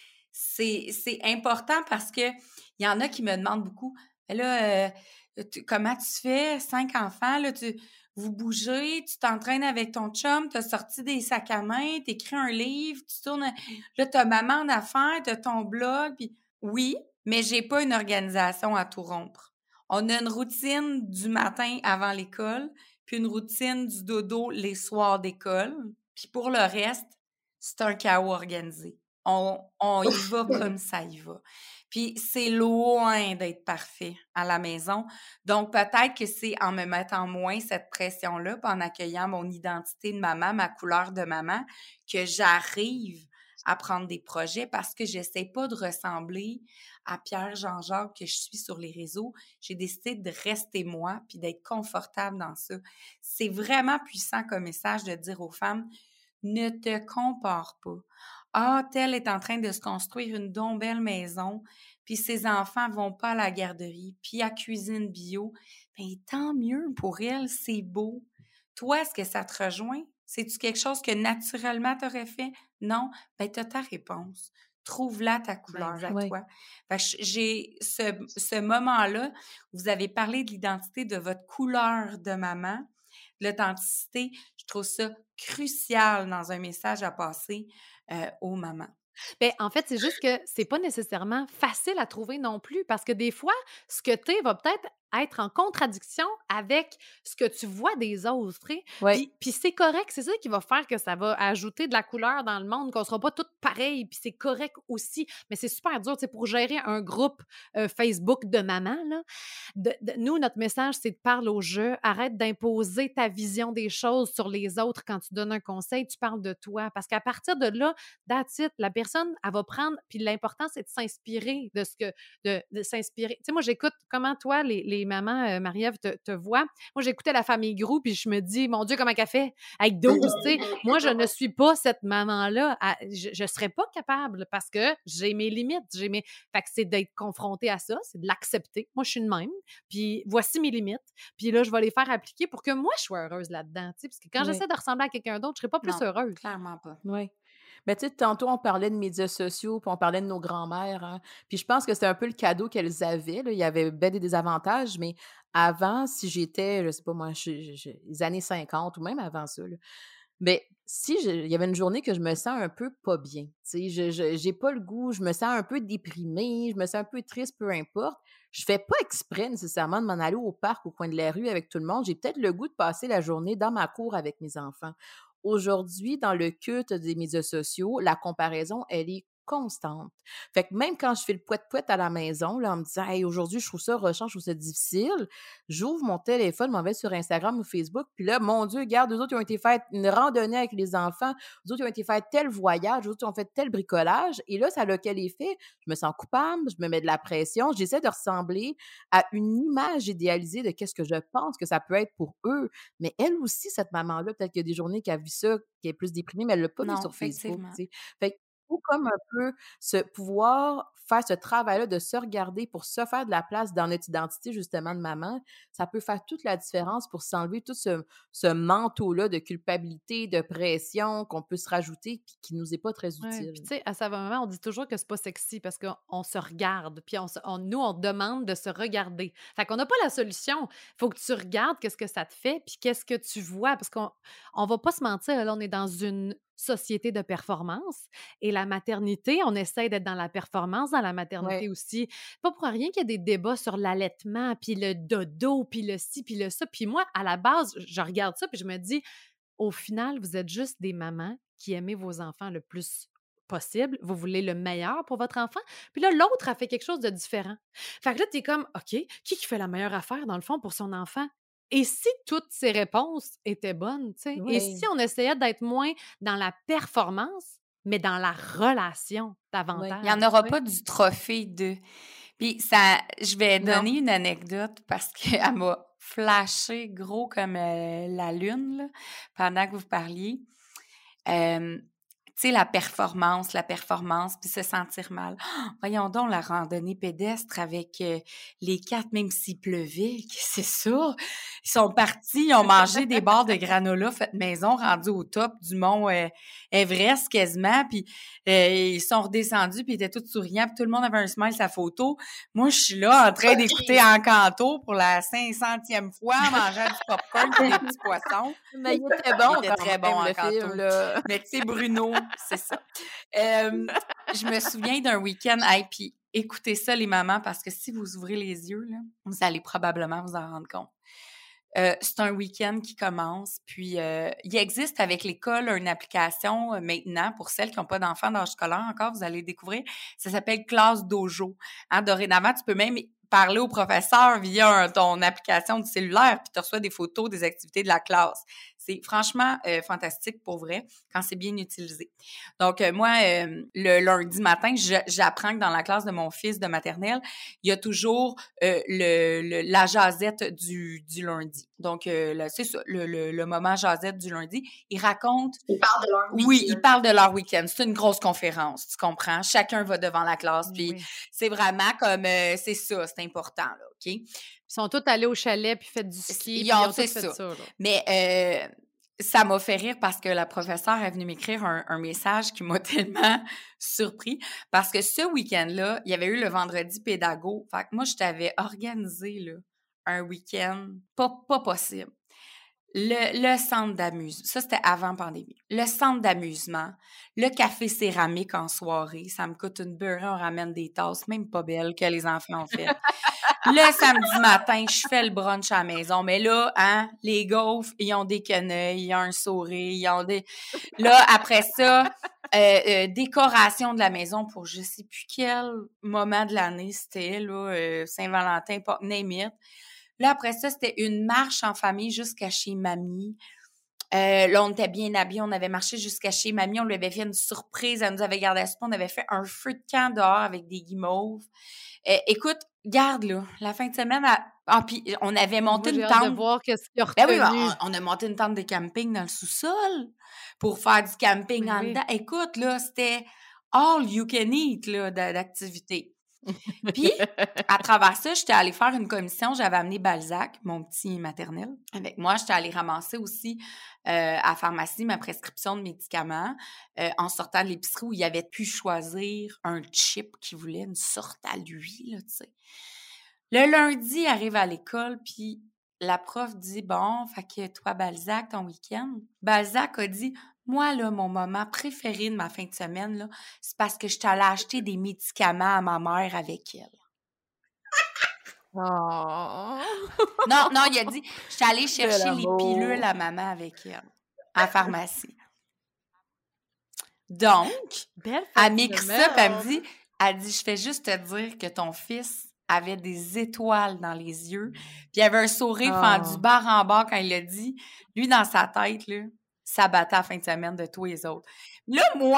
C'est, c'est important parce que il y en a qui me demandent beaucoup, là, euh, tu- comment tu fais? Cinq enfants, là, tu, vous bougez, tu t'entraînes avec ton chum, tu as sorti des sacs à main, tu écris un livre, tu tournes, là, tu as maman en affaires, tu as ton blog, puis oui, mais j'ai pas une organisation à tout rompre. On a une routine du matin avant l'école, puis une routine du dodo les soirs d'école, puis pour le reste, c'est un chaos organisé. On, on y va comme ça y va. Puis c'est loin d'être parfait à la maison. Donc peut-être que c'est en me mettant moins cette pression-là, puis en accueillant mon identité de maman, ma couleur de maman, que j'arrive à prendre des projets parce que j'essaie pas de ressembler à Pierre Jean-Jacques que je suis sur les réseaux. J'ai décidé de rester moi puis d'être confortable dans ça. C'est vraiment puissant comme message de dire aux femmes, ne te compare pas. Ah, tel est en train de se construire une donc belle maison, puis ses enfants vont pas à la garderie, puis à cuisine bio. Bien, tant mieux pour elle, c'est beau. Toi, est-ce que ça te rejoint? C'est-tu quelque chose que naturellement tu aurais fait? Non? Bien, tu as ta réponse. Trouve-la ta Ben, couleur exact. à Oui. toi. Fait que j'ai ce, ce moment-là, vous avez parlé de l'identité de votre couleur de maman, l'authenticité, je trouve ça crucial dans un message à passer euh, aux mamans. Ben, en fait, c'est juste que c'est pas nécessairement facile à trouver non plus parce que des fois, ce que tu es va peut-être être en contradiction avec ce que tu vois des autres, tu sais. Oui. Puis, puis c'est correct, c'est ça qui va faire que ça va ajouter de la couleur dans le monde, qu'on sera pas toutes pareilles, puis c'est correct aussi. Mais c'est super dur, tu sais, pour gérer un groupe euh, Facebook de mamans, là. De- de- nous, notre message, c'est de parler au jeu, arrête d'imposer ta vision des choses sur les autres quand tu donnes un conseil, tu parles de toi. Parce qu'à partir de là, that's it, la personne, elle va prendre, puis l'important, c'est de s'inspirer de ce que, de, de s'inspirer. Tu sais, moi, j'écoute comment toi, les, les mamans, euh, Marie-Ève, te, te voient. Moi, j'écoutais La Famille Grou, puis je me dis, mon Dieu, comment qu'elle fait avec douze, tu sais. Moi, je ne suis pas cette maman-là. À- je ne serais pas capable parce que j'ai mes limites. J'ai mes... Fait que c'est d'être confrontée à ça, c'est de l'accepter. Moi, je suis de même, puis voici mes limites. Puis là, je vais les faire appliquer pour que moi, je sois heureuse là-dedans, tu sais. Parce que quand Oui. j'essaie de ressembler à quelqu'un d'autre, je ne serais pas plus Non, heureuse. clairement pas. Oui. Mais tu sais, tantôt, on parlait de médias sociaux, puis on parlait de nos grands-mères, hein. Puis je pense que c'était un peu le cadeau qu'elles avaient, là. Il y avait bien des désavantages, mais avant, si j'étais, je sais pas moi, je je je les années cinquante ou même avant ça, là, mais si je il y avait une journée que je me sens un peu pas bien, tu sais, je je j'ai pas le goût, je me sens un peu déprimée, je me sens un peu triste, peu importe, je fais pas exprès nécessairement de m'en aller au parc, au coin de la rue avec tout le monde. J'ai peut-être le goût de passer la journée dans ma cour avec mes enfants. Aujourd'hui, dans le culte des médias sociaux, la comparaison, elle est constante. Fait que même quand je fais le pouet-pouet à la maison, là, en me disant: «Hey, aujourd'hui, je trouve ça rushant, je trouve ça difficile», j'ouvre mon téléphone, je m'en vais sur Instagram ou Facebook, puis là, mon Dieu, regarde, eux autres, ils ont été faire une randonnée avec les enfants, eux autres, ils ont été faire tel voyage, eux autres, ils ont fait tel bricolage, et là, ça a quel effet? Je me sens coupable, je me mets de la pression, j'essaie de ressembler à une image idéalisée de qu'est-ce que je pense que ça peut être pour eux. Mais elle aussi, cette maman-là, peut-être qu'il y a des journées qu'elle vit ça, qu'elle est plus déprimée, mais elle l'a pas vu Non, sur Facebook, effectivement. tu sais. Fait qu'il faut comme un peu se pouvoir faire ce travail-là de se regarder pour se faire de la place dans notre identité, justement, de maman. Ça peut faire toute la différence pour s'enlever tout ce ce manteau-là de culpabilité, de pression qu'on peut se rajouter puis qui nous est pas très Ouais, utile. puis tu sais, à sa maman, on dit toujours que c'est pas sexy parce qu'on on se regarde, puis on se on nous, on demande de se regarder. Fait qu'on n'a pas la solution. Faut que tu regardes qu'est-ce que ça te fait, puis qu'est-ce que tu vois, parce qu'on on va pas se mentir, là, on est dans une société de performance et la maternité, on essaie d'être dans la performance dans la maternité Ouais. aussi. Pas pour rien qu'il y a des débats sur l'allaitement, puis le dodo, puis le ci, puis le ça. Puis moi, à la base, je regarde ça, puis je me dis, au final, vous êtes juste des mamans qui aimez vos enfants le plus possible. Vous voulez le meilleur pour votre enfant. Puis là, l'autre a fait quelque chose de différent. Fait que là, tu es comme, OK, qui qui fait la meilleure affaire, dans le fond, pour son enfant? Et si toutes ces réponses étaient bonnes, tu sais? Et si Ouais. on essayait d'être moins dans la performance, mais dans la relation Ouais. Il y en davantage, aura tu pas sais? du trophée de. Puis ça, je vais Non. donner une anecdote parce qu'elle m'a flashé gros comme euh, la lune là, pendant que vous parliez. Euh, tu sais, la performance, la performance, puis se sentir mal. Ah, voyons donc la randonnée pédestre avec euh, les quatre, même s'il pleuvait, que c'est ça? Ils sont partis, ils ont mangé des barres de granola faites maison, rendus au top du mont euh, Everest quasiment, puis euh, ils sont redescendus, puis ils étaient tous souriants, puis tout le monde avait un smile sa photo. Moi, je suis là en train d'écouter Encanto pour la cinq centième fois, en mangeant du popcorn et des petits poissons. Mais il était Il bon était quand très bon, même, le Encanto. film, là. Mais tu sais, Bruno, c'est ça. Euh, je me souviens d'un week-end, hey, puis écoutez ça, les mamans, parce que si vous ouvrez les yeux, là, vous allez probablement vous en rendre compte. Euh, c'est un week-end qui commence, puis euh, il existe avec l'école une application euh, maintenant pour celles qui n'ont pas d'enfants d'âge scolaire encore, vous allez découvrir, ça s'appelle Classe Dojo. Hein, dorénavant, tu peux même parler au professeur via un, ton application du cellulaire, puis tu reçois des photos des activités de la classe. C'est franchement euh, fantastique pour vrai quand c'est bien utilisé. Donc, euh, moi, euh, le lundi matin, je, j'apprends que dans la classe de mon fils de maternelle, il y a toujours euh, le, le, la jasette du, du lundi. Donc, euh, là, c'est ça, le, le, le moment jasette du lundi. Ils racontent... Ils parlent de leur week-end. Oui, ils parlent de leur week-end. C'est une grosse conférence, tu comprends? Chacun va devant la classe, puis Oui. c'est vraiment comme... Euh, c'est ça, c'est important, là, OK? Ils sont tous allés au chalet puis fait du ski, Ils puis ils ont ont fait tous fait ça. ça, là. Mais euh, ça m'a fait rire parce que la professeure est venue m'écrire un, un message qui m'a tellement surpris. Parce que ce week-end-là, il y avait eu le vendredi pédago. Fait que moi, je t'avais organisé là, un week-end pas, pas possible. Le, le centre d'amusement, ça c'était avant pandémie. Le centre d'amusement, le café céramique en soirée, ça me coûte une beurrée, on ramène des tasses, même pas belles, que les enfants ont fait. Le samedi matin, je fais le brunch à la maison. Mais là, hein, les gaufres, ils ont des quenouilles, ils ont un sourire, ils ont des... Là, après ça, euh, euh, décoration de la maison pour je sais plus quel moment de l'année c'était, là, euh, Saint-Valentin, pas name it. Là, après ça, c'était une marche en famille jusqu'à chez mamie. Euh, là, on était bien habillés, on avait marché jusqu'à chez mamie, on lui avait fait une surprise, elle nous avait gardé à souper, on avait fait un feu de camp dehors avec des guimauves. Euh, écoute, garde là, la fin de semaine, à... ah, puis on avait monté Moi, j'ai une hâte de tente. voir qu'est-ce qu'il a Ben oui, retenu. on, on a monté une tente de camping dans le sous-sol pour faire du camping Mais en oui. dedans. Écoute, là, c'était all you can eat là, d'activités. Puis, à travers ça, j'étais allée faire une commission. J'avais amené Balzac, mon petit maternel, avec moi. J'étais allée ramasser aussi euh, à la pharmacie ma prescription de médicaments euh, en sortant de l'épicerie où il avait pu choisir un chip qu'il voulait, une sorte à lui, là, tu sais. Le lundi, il arrive à l'école, puis la prof dit « Bon, fait que toi, Balzac, ton week-end? » Balzac a dit « Moi, là, mon moment préféré de ma fin de semaine, là, c'est parce que je suis allée acheter des médicaments à ma mère avec elle. » Oh! Non, non, il a dit « Je suis allée chercher les amour. pilules à maman avec elle, à la pharmacie. » Donc, Belle elle fin de m'écrit ça, puis elle me semaine. dit, elle dit, je fais juste te dire que ton fils avait des étoiles dans les yeux, puis il avait un sourire Oh. fendu barre en bas quand il l'a dit. Lui, dans sa tête, là, ça battait à la fin de semaine de tous les autres. Là, moi,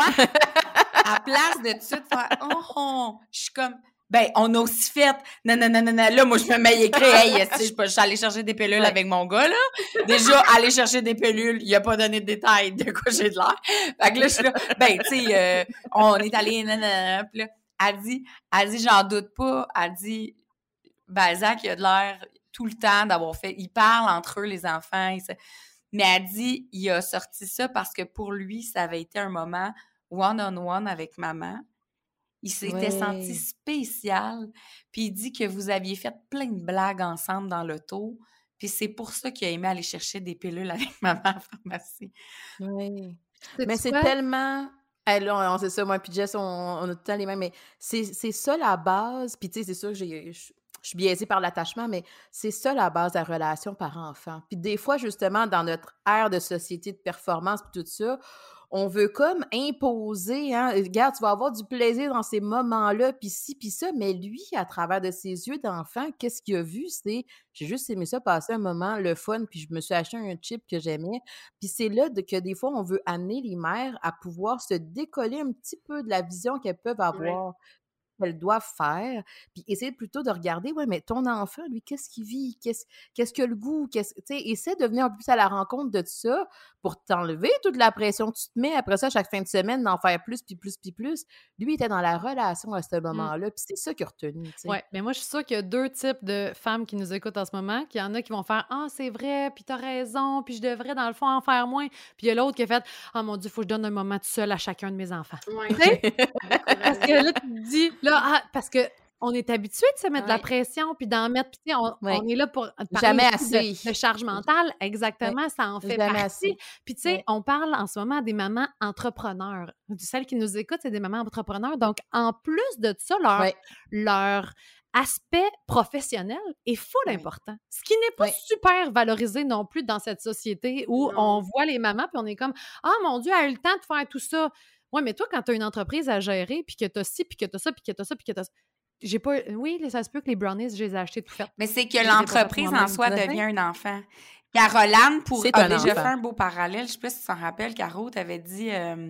à place de tout de suite faire « Oh, oh », je suis comme... Ben, on a aussi fait. Non, non, non, non, non. Là, moi, je me mets à écrire. Hey, si je, je suis allée chercher des pilules Ouais. avec mon gars, là. Déjà, aller chercher des pilules, il a pas donné de détails de quoi j'ai de l'air. Fait que là, je suis là. Ben, tu sais, euh, on est allé, non, non, non. Puis là, elle dit, elle dit, j'en doute pas. Elle dit, Balzac, il a de l'air tout le temps d'avoir fait. Ils parlent entre eux, les enfants. Ils se... Mais elle dit, il a sorti ça parce que pour lui, ça avait été un moment one-on-one avec maman. Il s'était senti Ouais. spécial, puis il dit que vous aviez fait plein de blagues ensemble dans l'auto, puis c'est pour ça qu'il a aimé aller chercher des pilules avec maman à la pharmacie. Oui. Sais-tu Mais c'est quoi? tellement... Eh, là, on, on- c'est ça, moi puis Jess, on, on a tout le temps les mêmes, mais c'est c'est ça la base. Puis tu sais, c'est sûr que j'ai- je je suis biaisée par l'attachement, mais c'est ça la base de la relation parent-enfant. Puis des fois, justement, dans notre ère de société de performance puis tout ça, on veut comme imposer, hein, regarde, tu vas avoir du plaisir dans ces moments-là, puis ci, puis ça, mais lui, à travers de ses yeux d'enfant, qu'est-ce qu'il a vu? C'est, j'ai juste aimé ça, passer un moment, le fun, puis je me suis acheté un chip que j'aimais. Puis c'est là de- que des fois, on veut amener les mères à pouvoir se décoller un petit peu de la vision qu'elles peuvent Ouais. avoir, qu'elles doivent faire, puis essayer plutôt de regarder, ouais, mais ton enfant, lui, qu'est-ce qu'il vit? Qu'est-ce qu'est-ce que le goût? Qu'est-ce, tu sais, essaie de venir un peu plus à la rencontre de tout ça pour t'enlever toute la pression que tu te mets après ça, chaque fin de semaine, d'en faire plus, puis plus, puis plus. Lui, il était dans la relation à ce Mm. moment-là, puis c'est ça qu'il a retenu, tu sais. Ouais, mais moi, je suis sûre qu'il y a deux types de femmes qui nous écoutent en ce moment. Qu'il y en a qui vont faire « Ah, c'est vrai, puis t'as raison, puis je devrais, dans le fond, en faire moins. » Puis il y a l'autre qui a fait « Ah, mon Dieu, il faut que je donne un moment tout seul à chacun de mes enfants. » Ouais. Tu sais? Parce que Découragé. là, tu te dis, là, ah, parce que on est habitué de se mettre de la Ouais. pression, puis d'en mettre, puis tu sais, on, Ouais. on est là pour parler Jamais aussi de, assez. de charge mentale. Exactement, Ouais. ça en fait Jamais partie. assez. Puis tu sais, Ouais. on parle en ce moment des mamans entrepreneurs. Celles qui nous écoutent, c'est des mamans entrepreneurs. Donc, en plus de ça, leur, Ouais. leur aspect professionnel est full Oui. important. Ce qui n'est pas Ouais. super valorisé non plus dans cette société où Non. on voit les mamans puis on est comme « Ah, mon Dieu, elle a eu le temps de faire tout ça. » Ouais, mais toi, quand tu as une entreprise à gérer, puis que tu as ci, puis que tu as ça, puis que tu as ça, puis que tu as ça, j'ai pas... Oui, ça se peut que les brownies, je les ai achetés tout fait. Mais c'est que Je les ai pas fait l'entreprise en moi-même. soi Ouais. devient un enfant. Caroline pour, C'est a un déjà enfant. fait un beau parallèle. Je sais pas si tu t'en rappelles, Caro, t'avais dit... Euh,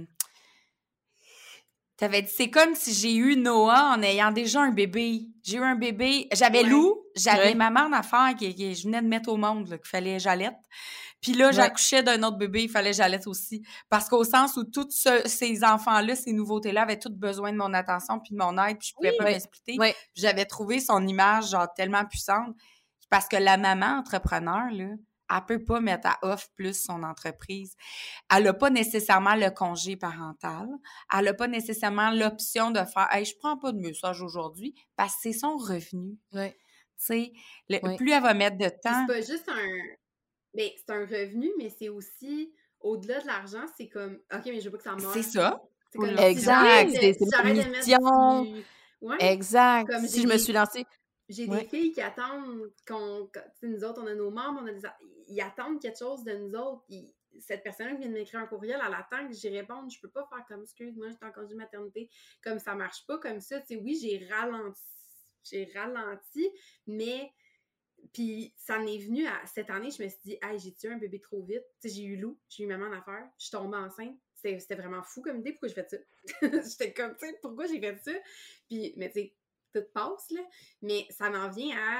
t'avais dit, c'est comme si j'ai eu Noah en ayant déjà un bébé. J'ai eu un bébé. J'avais Ouais. Lou, j'avais Ouais. ma mère d'affaires qui, qui je venais de mettre au monde, là, qu'il fallait j'allaite. Puis là, Ouais. j'accouchais d'un autre bébé, il fallait j'allaite aussi. Parce qu'au sens où tous ce- ces enfants-là, ces nouveautés-là, avaient tous besoin de mon attention puis de mon aide, puis je pouvais Oui. pas Ouais. m'expliquer. Ouais. Puis j'avais trouvé son image, genre, tellement puissante. Parce que la maman entrepreneur, là, elle peut pas mettre à off plus son entreprise. Elle n'a pas nécessairement le congé parental. Elle n'a pas nécessairement l'option de faire « Hey, je prends pas de message aujourd'hui » parce que c'est son revenu. Ouais. Tu sais, le- Ouais. plus elle va mettre de Puis temps... c'est pas juste un. Ben, c'est un revenu, mais c'est aussi, au-delà de l'argent, c'est comme, OK, mais je veux pas que ça meure. C'est ça. C'est comme, si Exact. j'arrête de, C'est si c'est j'arrête une de mettre mission. du... Ouais, Exact. comme Si j'ai je me des, suis lancée. j'ai Ouais. des filles qui attendent qu'on... qu'on- tu sais, nous autres, on a nos membres, on a des... Ils attendent quelque chose de nous autres. Ils- cette personne-là qui vient de m'écrire un courriel, elle attend que j'y réponde. Je peux pas faire comme, excuse-moi, j'étais en congé maternité. Comme ça marche pas comme ça. Tu sais, oui, j'ai ralenti. J'ai ralenti, mais... Puis ça m'est venu à cette année, je me suis dit, hey, j'ai tué un bébé trop vite. Tu sais, j'ai eu Lou, j'ai eu maman d'affaires, je suis tombée enceinte. C'était, c'était vraiment fou comme idée, pourquoi j'ai fait ça? J'étais comme, tu sais, pourquoi j'ai fait ça? Puis, mais tu sais, tout passe, là. Mais ça m'en vient à,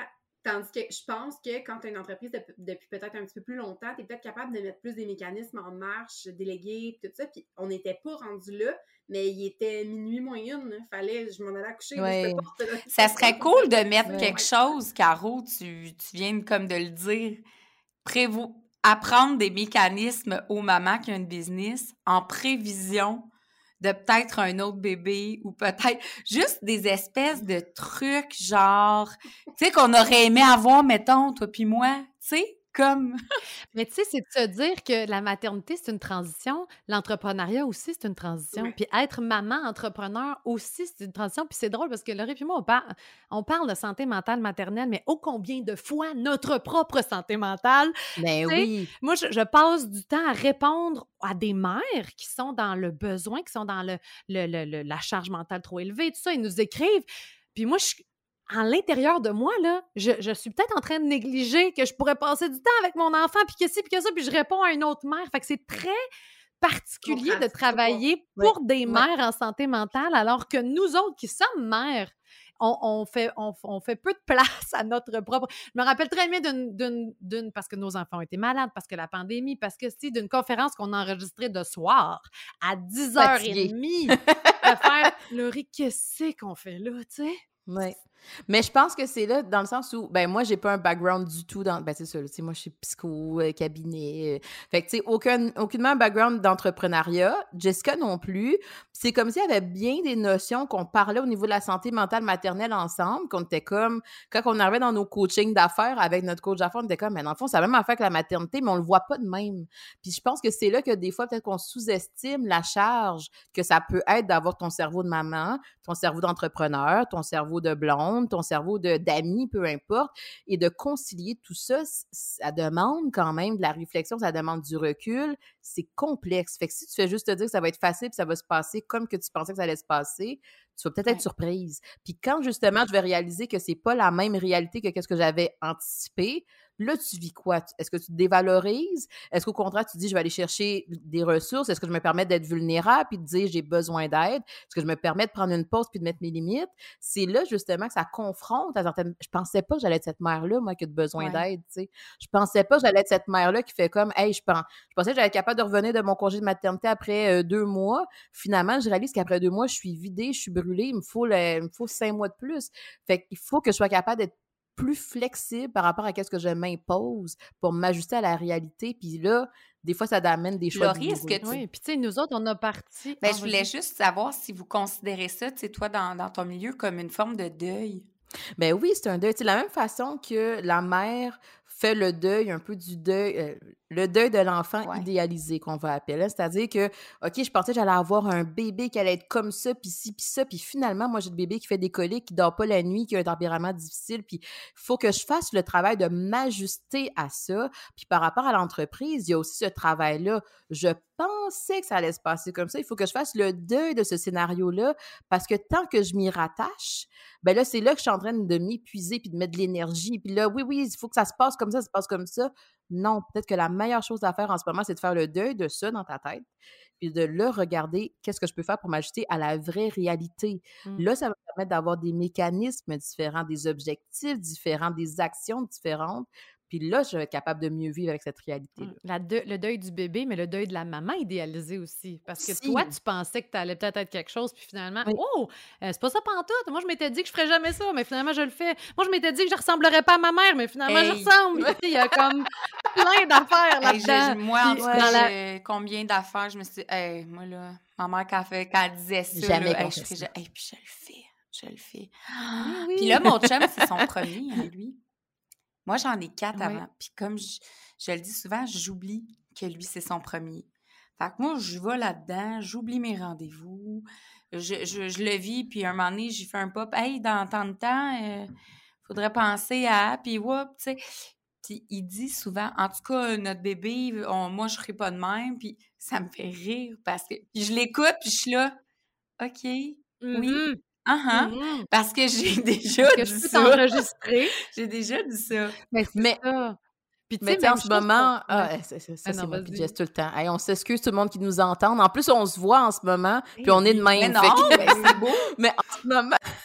Tandis que je pense que quand tu as une entreprise de- depuis peut-être un petit peu plus longtemps, tu es peut-être capable de mettre plus des mécanismes en marche, déléguer, tout ça. Puis on n'était pas rendu là, mais il était minuit moins une. Là. Fallait, je m'en allais accoucher. Là, je Ouais. peux pas te donner Ça serait cool de mettre Ouais. quelque chose, Caro, tu, tu viens comme de le dire, prévo- apprendre des mécanismes aux mamans qui ont une business en prévision de peut-être un autre bébé ou peut-être juste des espèces de trucs genre, tu sais, qu'on aurait aimé avoir, mettons, toi puis moi, tu sais, comme... Mais tu sais, c'est de se dire que la maternité, c'est une transition. L'entrepreneuriat aussi, c'est une transition. Ouais. Puis être maman entrepreneur aussi, c'est une transition. Puis c'est drôle parce que Laurie puis moi, on, par- on parle de santé mentale maternelle, mais ô combien de fois notre propre santé mentale. Ben Tu sais, oui. moi, je, je passe du temps à répondre à des mères qui sont dans le besoin, qui sont dans le, le- le- le- la charge mentale trop élevée, tout ça. Ils nous écrivent. Puis moi, je à l'intérieur de moi, là, je, je suis peut-être en train de négliger que je pourrais passer du temps avec mon enfant, puis que ci, puis que ça, puis je réponds à une autre mère. Fait que c'est très particulier de travailler pour des mères en santé mentale, alors que nous autres qui sommes mères, on, on fait, on, on fait peu de place à notre propre... Je me rappelle très bien d'une, d'une, d'une... Parce que nos enfants ont été malades, parce que la pandémie, parce que c'est d'une conférence qu'on a enregistrée de soir à dix heures trente de faire « Laurie, qu'est-ce qu'on fait là, tu sais? » Oui. Mais je pense que c'est là, dans le sens où, ben moi, j'ai pas un background du tout dans... Ben c'est ça, tu sais, moi, je suis psycho, euh, cabinet... euh, fait que, tu sais, aucun, aucunement un background d'entrepreneuriat. Jessica non plus. C'est comme s'il y avait bien des notions qu'on parlait au niveau de la santé mentale maternelle ensemble, qu'on était comme... Quand on arrivait dans nos coachings d'affaires avec notre coach d'affaires, on était comme, mais dans le fond, c'est la même affaire que la maternité, mais on le voit pas de même. Puis je pense que c'est là que des fois, peut-être qu'on sous-estime la charge que ça peut être d'avoir ton cerveau de maman, ton cerveau d'entrepreneur, ton cerveau de blonde, ton cerveau de d'amis, peu importe, et de concilier tout ça, ça demande quand même de la réflexion, ça demande du recul, c'est complexe. Fait que si tu fais juste te dire que ça va être facile, puis ça va se passer comme que tu pensais que ça allait se passer, tu vas peut-être être Ouais. surprise. Puis quand justement je vais réaliser que c'est pas la même réalité que qu'est-ce que j'avais anticipé, là tu vis quoi? Est-ce que tu te dévalorises? Est-ce qu'au contraire tu te dis je vais aller chercher des ressources? Est-ce que je me permets d'être vulnérable puis de dire j'ai besoin d'aide? Est-ce que je me permets de prendre une pause puis de mettre mes limites? C'est là justement que ça confronte à certaines... Je pensais pas que j'allais être cette mère-là, moi, qui a besoin Ouais. d'aide, tu sais. Je pensais pas que j'allais être cette mère-là qui fait comme, hey, je pense, je pensais que j'allais être capable de revenir de mon congé de maternité après euh, deux mois. Finalement, je réalise qu'après deux mois, je suis vidée, je suis brûlée, il me faut, le, il me faut cinq mois de plus. Fait qu'il faut que je sois capable d'être plus flexible par rapport à ce que je m'impose pour m'ajuster à la réalité. Puis là, des fois, ça amène des choix Laurie, est-ce que douloureux. tu... Oui, puis tu sais, nous autres, on a parti... Ben, Ah, je voulais vas-y. juste savoir si vous considérez ça, tu sais, toi, dans, dans ton milieu, comme une forme de deuil. Ben oui, c'est un deuil. C'est la même façon que la mère fait le deuil, un peu du deuil, euh, le deuil de l'enfant Ouais. idéalisé qu'on va appeler. Hein. C'est-à-dire que, OK, je pensais que j'allais avoir un bébé qui allait être comme ça, puis ci, puis ça, puis finalement, moi, j'ai le bébé qui fait des coliques, qui dort pas la nuit, qui a un tempérament difficile, puis il faut que je fasse le travail de m'ajuster à ça. Puis par rapport à l'entreprise, il y a aussi ce travail-là. Je pensais que ça allait se passer comme ça. Il faut que je fasse le deuil de ce scénario-là, parce que tant que je m'y rattache, ben là, c'est là que je suis en train de m'épuiser puis de mettre de l'énergie. Puis là, oui, oui, il faut que ça se passe comme ça, ça se passe comme ça. Non, peut-être que la meilleure chose à faire en ce moment, c'est de faire le deuil de ça dans ta tête, puis de le regarder, qu'est-ce que je peux faire pour m'ajuster à la vraie réalité. Mm. Là, ça va me permettre d'avoir des mécanismes différents, des objectifs différents, des actions différentes. Puis là, je vais être capable de mieux vivre avec cette réalité-là. Mm. La de- le deuil du bébé, mais le deuil de la maman idéalisé aussi. Parce que Si. toi, tu pensais que tu allais peut-être être quelque chose, puis finalement, Oui. oh, euh, c'est pas ça pantoute. Moi, je m'étais dit que je ferais jamais ça, mais finalement, je le fais. Moi, je m'étais dit que je ressemblerais pas à ma mère, mais finalement, Hey. je ressemble. Tu sais, il y a comme plein d'affaires Hey, je- je- là-dedans. moi, en Puis tout dans cas, la- j'ai- combien d'affaires, je me suis dit, hey, moi, là, ma mère, quand elle, fait- quand elle disait ça, Jamais là, hey, qu'on je fait ferais, ça. je- hey, puis je le fais, je le fais. Oui, oui. Puis là, mon chum, c'est son premier, hein, lui. Moi, j'en ai quatre Oui. avant. Puis comme je, je le dis souvent, j'oublie que lui, c'est son premier. Fait que moi, je vais là-dedans, j'oublie mes rendez-vous, je, je, je le vis, puis un moment donné, j'ai fait un pop. Hey, dans tant de temps, il faudrait penser à... Puis whoop, tu sais. Puis il dit souvent, en tout cas, notre bébé, on, moi, je ne pas de même. Puis ça me fait rire parce que... Puis je l'écoute, puis je suis là, OK, oui, Mhm. uh-huh. Mhm. Parce que j'ai déjà Est-ce que dit je peux ça. t'enregistrer? J'ai déjà dit ça. Mais c'est Mais- ça. Puis tu Mais sais, tu sais, en même ce chose pour- moment, Ouais. ah, c'est, c'est, ça, Ah c'est non, moi vas-y. puis Jess tout le temps. Hey, on s'excuse tout le monde qui nous entend. En plus, on se voit en ce moment, puis Eh on est de oui. même. Mais non, Fait que- mais c'est beau. mais en ce moment,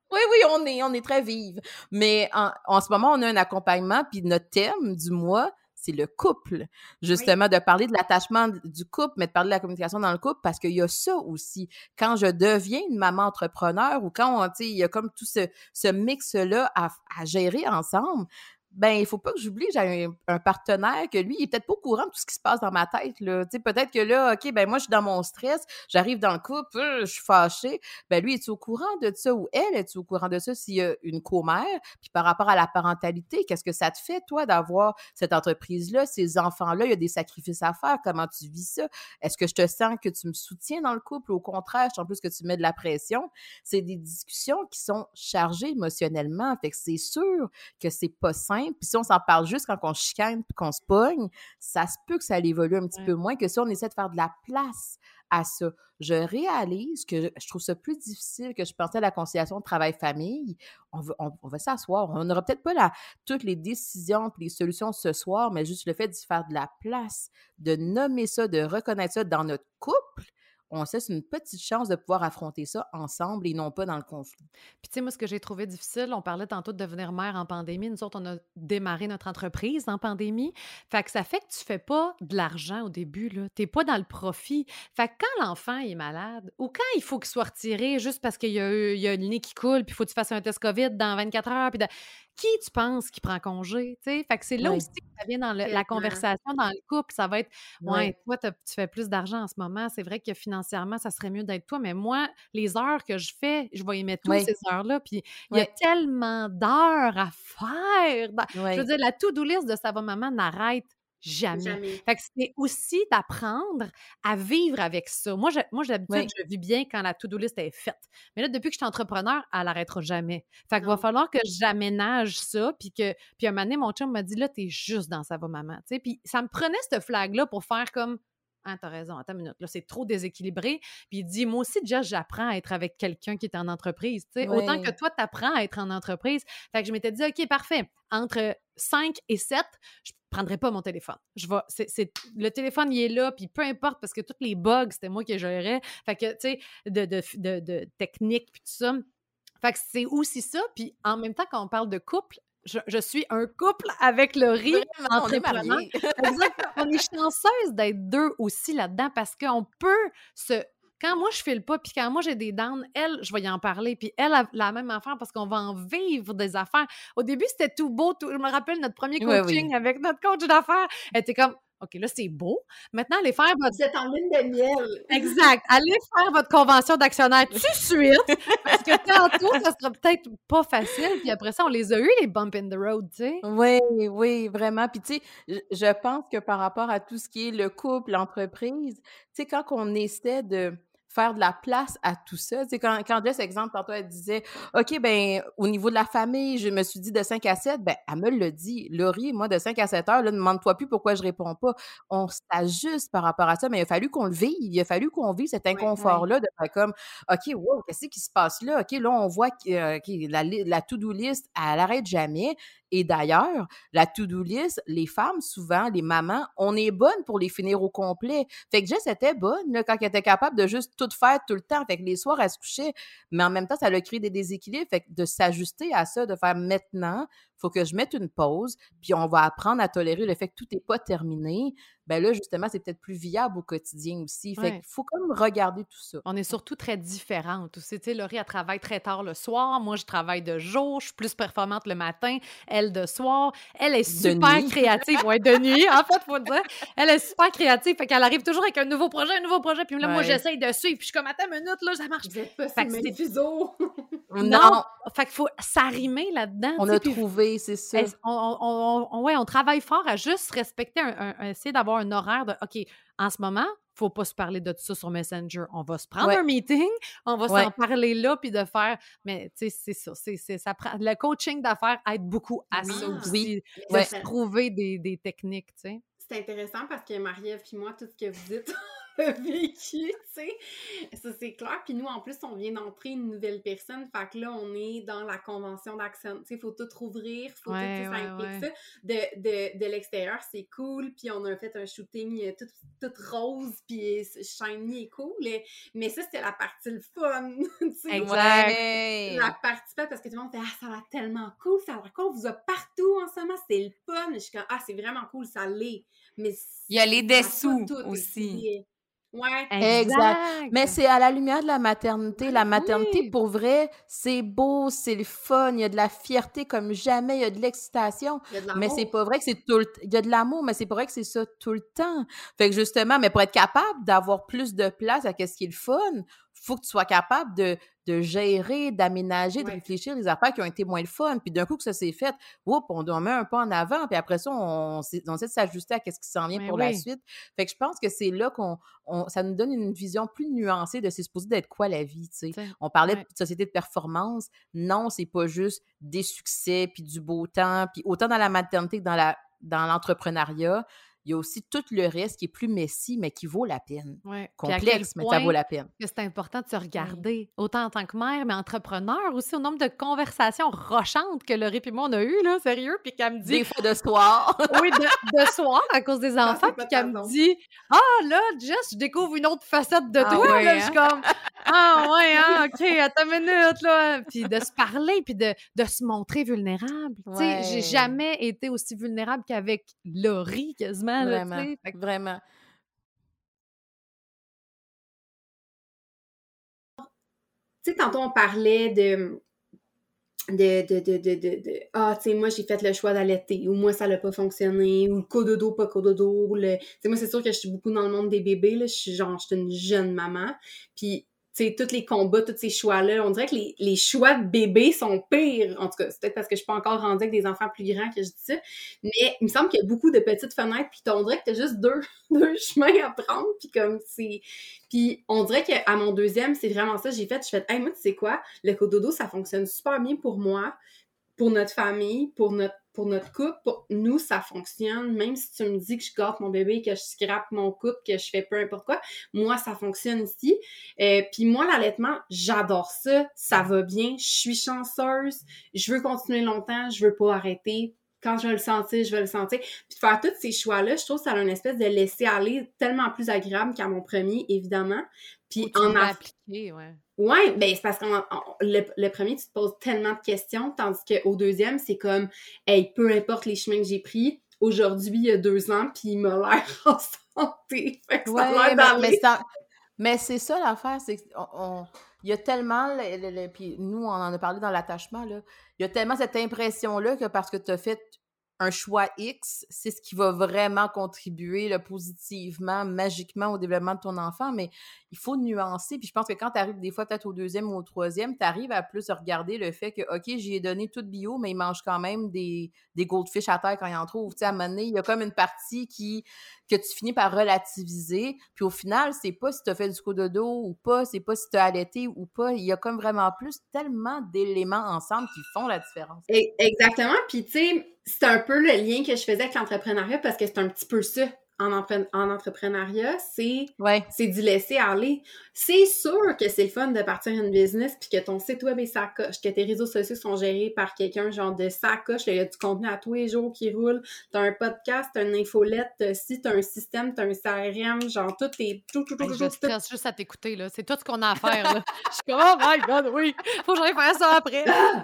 Oui, oui, on est, on est très vive. Mais en, en ce moment, on a un accompagnement, puis notre thème du mois, c'est le couple. Justement, Oui. de parler de l'attachement du couple, mais de parler de la communication dans le couple, parce qu'il y a ça aussi. Quand je deviens une maman entrepreneur ou quand, on, tu sais, il y a comme tout ce, ce mix-là à, à gérer ensemble, ben, il faut pas que j'oublie que j'ai un, un partenaire que lui, il est peut-être pas au courant de tout ce qui se passe dans ma tête, là. Tu sais, peut-être que là, OK, ben, moi, je suis dans mon stress, j'arrive dans le couple, euh, je suis fâchée. Ben, lui, est-tu au courant de ça ou elle, est-tu au courant de ça s'il y a une commère? Puis par rapport à la parentalité, qu'est-ce que ça te fait, toi, d'avoir cette entreprise-là, ces enfants-là? Il y a des sacrifices à faire. Comment tu vis ça? Est-ce que je te sens que tu me soutiens dans le couple? Au contraire, je sens plus que tu mets de la pression. C'est des discussions qui sont chargées émotionnellement. Fait que c'est sûr que c'est pas simple. Puis si on s'en parle juste quand on chicane puis qu'on se pogne, ça se peut que ça évolue un petit Ouais. peu moins que si on essaie de faire de la place à ça. Je réalise que je, je trouve ça plus difficile que je pensais à la conciliation de travail-famille. On va, on, on va s'asseoir. On n'aura peut-être pas la, toutes les décisions et les solutions ce soir, mais juste le fait d'y faire de la place, de nommer ça, de reconnaître ça dans notre couple, on sait c'est une petite chance de pouvoir affronter ça ensemble et non pas dans le conflit. Puis, tu sais, moi, ce que j'ai trouvé difficile, on parlait tantôt de devenir mère en pandémie. Nous autres, on a démarré notre entreprise en pandémie. Fait que ça fait que tu fais pas de l'argent au début, là. T'es pas dans le profit. Fait que quand l'enfant est malade ou quand il faut qu'il soit retiré juste parce qu'il y a, eu- il y a le nez qui coule puis il faut que tu fasses un test COVID dans vingt-quatre heures, puis de- qui tu penses qui prend congé, tu sais? Fait que c'est là Oui, aussi que ça vient dans le- la Tellement. conversation dans le couple. Ça va être, oui, ouais, toi, t'as- tu fais plus d'argent en ce moment. C'est vrai que financièrement, ça serait mieux d'être toi, mais moi, les heures que je fais, je vais y mettre toutes oui, ces heures-là. Puis il y a oui, tellement d'heures à faire. dans- Je veux oui, dire, la to-do list de Ça va maman n'arrête jamais. Jamais. Fait que c'est aussi d'apprendre à vivre avec ça. Moi, je- moi, j'ai l'habitude, oui, je vis bien quand la to-do list est faite. Mais là, depuis que je suis entrepreneur, elle n'arrêtera jamais. Fait qu'il va Non. falloir que j'aménage ça. Puis que, puis un moment donné, mon chum m'a dit, là, t'es juste dans Ça va maman. Tu sais, puis ça me prenait cette flag-là pour faire comme, ah, t'as raison, attends une minute, là, c'est trop déséquilibré. Puis il dit, moi aussi, déjà, j'apprends à être avec quelqu'un qui est en entreprise. Tu sais, autant que oui, toi, t'apprends à être en entreprise. Fait que je m'étais dit, OK, parfait. Entre cinq et sept, je prendrai pas mon téléphone. Je vais, c'est, c'est- le téléphone, il est là, puis peu importe, parce que tous les bugs, c'était moi qui les gérais. Fait que, tu sais, de, de, de, de technique, puis tout ça. Fait que c'est aussi ça. Puis en même temps, quand on parle de couple, je, je suis un couple avec Laurie, vraiment, on est entrepreneur. mariés. Exact. On est chanceuse d'être deux aussi là-dedans parce qu'on peut se. Quand moi, je file pas, puis quand moi, j'ai des downs, elle, je vais y en parler. Puis elle a la même affaire parce qu'on va en vivre des affaires. Au début, c'était tout beau. Tout... Je me rappelle notre premier Oui, coaching oui. avec notre coach d'affaires. Elle était comme, OK, là, c'est beau. Maintenant, allez faire votre. Vous êtes en lune de miel. Exact. Allez faire votre convention d'actionnaire tout de suite. Parce que tantôt, ça sera peut-être pas facile. Puis après ça, on les a eu, les bumps in the road, tu sais. Oui, oui, vraiment. Puis, tu sais, je je pense que par rapport à tout ce qui est le couple, l'entreprise, tu sais, quand on essaie de faire de la place à tout ça, tu sais, quand, quand Jess, exemple, tantôt, elle disait, OK, ben, au niveau de la famille, je me suis dit de cinq à sept, ben, elle me le dit. Laurie, moi, de cinq à sept heures, là, ne demande-toi plus pourquoi je réponds pas. On s'ajuste par rapport à ça, mais il a fallu qu'on le vive. Il a fallu qu'on vive cet Oui. Oui. inconfort-là de faire comme, OK, wow, qu'est-ce qui se passe là? OK, là, on voit que euh, OK, la, li- la to-do list, elle arrête jamais. Et d'ailleurs, la to-do list, les femmes, souvent, les mamans, on est bonnes pour les finir au complet. Fait que Jess était bonne, là, quand elle était capable de juste tout faire tout le temps. Fait que les soirs, elle se couchait, mais en même temps, ça a créé des déséquilibres. Fait que de s'ajuster à ça, de faire maintenant, faut que je mette une pause, puis on va apprendre à tolérer le fait que tout n'est pas terminé. Ben là, justement, c'est peut-être plus viable au quotidien aussi. Fait Ouais. qu'il faut comme regarder tout ça. On est surtout très différentes aussi. Tu sais, Laurie, elle travaille très tard le soir. Moi, je travaille de jour. Je suis plus performante le matin. Elle, de soir. Elle est De super nuit. créative. Ouais, de nuit, en fait, faut dire. Elle est super créative. Fait qu'elle arrive toujours avec un nouveau projet, un nouveau projet. Puis là, moi, Ouais. j'essaye de suivre. Puis je suis comme, attends une minute, là, ça marche. Vous êtes pas Fait sur que le même c'est- fuseau. Non. Non, Fait qu'il faut s'arrimer là-dedans. on tu sais, a puis trouvé, c'est ça. elle- on, on- on- on- ouais, on travaille fort à juste respecter, un, un- un- essayer d'avoir un horaire de, OK, en ce moment, faut pas se parler de tout ça sur Messenger. On va se prendre Ouais. un meeting, on va Ouais. s'en parler là, puis de faire, mais tu sais, c'est ça, c'est, c'est- ça prend, le coaching d'affaires aide beaucoup à Oui. ça aussi, Oui. de Mais Ouais. ça- trouver des, des techniques, tu sais. C'est intéressant parce que Marie-Ève puis moi, tout ce que vous dites, vécu, tu sais. Ça, c'est clair. Puis nous, en plus, on vient d'entrer une nouvelle personne. Fait que là, on est dans la convention d'accent. Tu sais, il faut tout rouvrir. Faut Ouais, tout, tu sais, ça ouais, implique ouais. ça. De, de, de l'extérieur, c'est cool. Puis on a fait un shooting euh, tout, tout rose. Puis euh, shiny et cool. Mais ça, c'était la partie le fun. Tu sais. Exact. Ouais! La partie pas parce que tout le monde fait Ah, ça a l'air tellement cool, ça a l'air cool, on vous a partout en ce moment, c'est le fun. Je suis comme Ah, c'est vraiment cool, ça l'est. Mais Il y a les ça a pas dessous tout aussi. été. Ouais. Exact. Mais Exact. c'est à la lumière de la maternité. La maternité, Oui. pour vrai, c'est beau, c'est le fun, il y a de la fierté comme jamais, il y a de l'excitation. Il y a de Mais c'est l'amour. pas vrai que c'est tout le t- il y a de l'amour, mais c'est pas vrai que c'est ça tout le temps. Fait que justement, mais pour être capable d'avoir plus de place à qu'est-ce qui est le fun, faut que tu sois capable de, de gérer, d'aménager, de Ouais. réfléchir les affaires qui ont été moins le fun. Puis d'un coup que ça s'est fait, oups, on, on met un pas en avant, puis après ça, on, s'est- on essaie de s'ajuster à qu'est-ce qui s'en vient Mais pour la oui. suite. Fait que je pense que c'est là qu'on on- ça nous donne une vision plus nuancée de c'est supposé d'être quoi la vie, tu sais. T'sais, On parlait ouais. de société de performance. Non, c'est pas juste des succès puis du beau temps, puis autant dans la maternité que dans la dans l'entrepreneuriat, il y a aussi tout le reste qui est plus messy, mais qui vaut la peine. Ouais. Puis à quel Complexe, mais ça vaut point la peine. que c'est important de se regarder, autant en tant que mère, mais entrepreneur aussi, au nombre de conversations rochantes que Laurie et moi, on a eues, là, sérieux, puis qu'elle me dit, Des fois de soir. oui, de, de soir à cause des Quand enfants, c'est puis pas qu'elle ta me zone. dit Ah, là, Jess, je découvre une autre facette de Ah toi. ouais, Là, je suis hein? comme Ah, ouais, hein, OK, attends une minute, là. Puis de se parler, puis de, de se montrer vulnérable. Tu sais, j'ai Ouais, jamais été aussi vulnérable qu'avec Laurie, quasiment, là, tu vraiment, sais. Fait que- vraiment. Tu sais, tantôt, on parlait de. De, de, de, de, de, de ah, tu sais, moi, j'ai fait le choix d'allaiter, ou moi, ça n'a pas fonctionné, ou cododo, pas cododo, ou le... Tu sais, moi, c'est sûr que je suis beaucoup dans le monde des bébés, là, je suis genre, je suis une jeune maman, puis, tu sais, tous les combats, tous ces choix-là, on dirait que les, les choix de bébés sont pires, en tout cas, c'est peut-être parce que je suis pas encore rendue avec des enfants plus grands que je dis ça, mais il me semble qu'il y a beaucoup de petites fenêtres, puis on dirait que t'as juste deux, deux chemins à prendre, puis comme c'est... Puis on dirait qu'à mon deuxième, c'est vraiment ça, j'ai fait, je fais, hey, moi, tu sais quoi, le cododo, ça fonctionne super bien pour moi, pour notre famille, pour notre, pour notre couple, pour nous, ça fonctionne. Même si tu me dis que je gâte mon bébé, que je scrape mon couple, que je fais peu importe quoi, moi, ça fonctionne ici. Euh, Puis moi, l'allaitement, j'adore ça, ça va bien, je suis chanceuse, je veux continuer longtemps, je veux pas arrêter. Quand je vais le sentir, je vais le sentir. Puis de faire tous ces choix-là, je trouve que ça a une espèce de laisser-aller tellement plus agréable qu'à mon premier, évidemment. Puis Où tu en l'as aff- appliqué, ouais. Ouais, ben c'est parce que le, le premier, tu te poses tellement de questions, tandis qu'au deuxième, c'est comme, hey, peu importe les chemins que j'ai pris, aujourd'hui, il y a deux ans, puis il m'a l'air en santé. Fait que ça a Ouais, l'air mais, mais d'aller. c'est en- mais c'est ça l'affaire, c'est qu'on on- il y a tellement, le- le- le- puis nous, on en a parlé dans l'attachement, là, il y a tellement cette impression-là que parce que tu as fait un choix X, c'est ce qui va vraiment contribuer là, positivement, magiquement au développement de ton enfant, mais il faut nuancer, puis je pense que quand tu arrives des fois peut-être au deuxième ou au troisième, tu arrives à plus regarder le fait que, OK, j'y ai donné tout bio, mais il mange quand même des, des goldfish à terre quand il en trouve. Tu sais, à un moment donné, il y a comme une partie qui que tu finis par relativiser. Puis au final, c'est pas si tu as fait du cododo ou pas, c'est pas si tu as allaité ou pas. Il y a comme vraiment plus tellement d'éléments ensemble qui font la différence. E- Exactement. Puis, tu sais, c'est un peu le lien que je faisais avec l'entrepreneuriat parce que c'est un petit peu ça. En, empre- en entrepreneuriat, c'est Ouais. c'est du laisser aller. C'est sûr que c'est le fun de partir une business puis que ton site web est sacoche, que tes réseaux sociaux sont gérés par quelqu'un genre de sacoche, il y a du contenu à tous les jours qui roule, t'as un podcast, t'as une infolette, t'as si t'as un système, t'as un C R M, genre tout est... Tout, tout, tout, Hey, tout, je tout, tout. stresse juste à t'écouter, là. C'est tout ce qu'on a à faire, là. Je suis comme, oh my God, oui! Faut que j'aille faire ça après.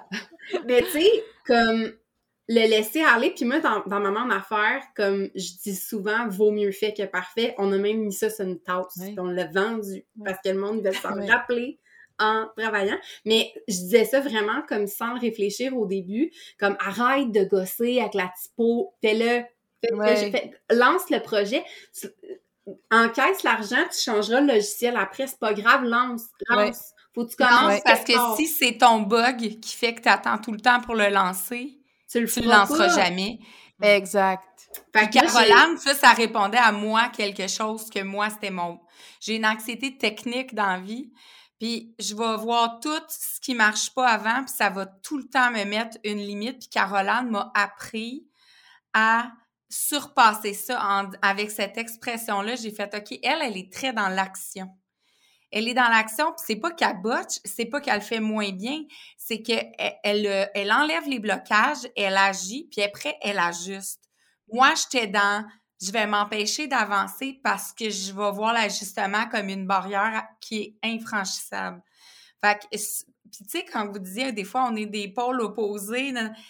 Mais tu sais, comme le laisser aller, puis moi, dans, dans Maman en affaires, comme je dis souvent, vaut mieux fait que parfait. On a même mis ça sur une tasse, Oui. puis on l'a vendu, parce que le monde, il va s'en Oui. rappeler en travaillant. Mais je disais ça vraiment comme sans le réfléchir au début, comme arrête de gosser avec la typo, fais-le, fais, Ouais. fais- fais- lance le projet, tu- encaisse l'argent, tu changeras le logiciel après, c'est pas grave, lance, lance. Ouais. Faut que tu Non, commences parce quelque part. que si c'est ton bug qui fait que tu attends tout le temps pour le lancer, tu le tu le feras lanceras pas. jamais. Exact. Fait Puis que là, j'ai- Caroline, ça, ça répondait à moi quelque chose que moi, c'était mon... J'ai une anxiété technique dans la vie, puis je vais voir tout ce qui marche pas avant, puis ça va tout le temps me mettre une limite. Puis Caroline m'a appris à surpassé ça en, avec cette expression-là. J'ai fait, OK, elle, elle est très dans l'action. Elle est dans l'action, puis c'est pas qu'elle botche, c'est pas qu'elle fait moins bien, c'est qu'elle elle, elle enlève les blocages, elle agit, puis après, elle ajuste. Moi, j'étais dans « je vais m'empêcher d'avancer parce que je vais voir l'ajustement comme une barrière qui est infranchissable ». Fait que, puis tu sais, quand vous disiez, des fois, on est des pôles opposés,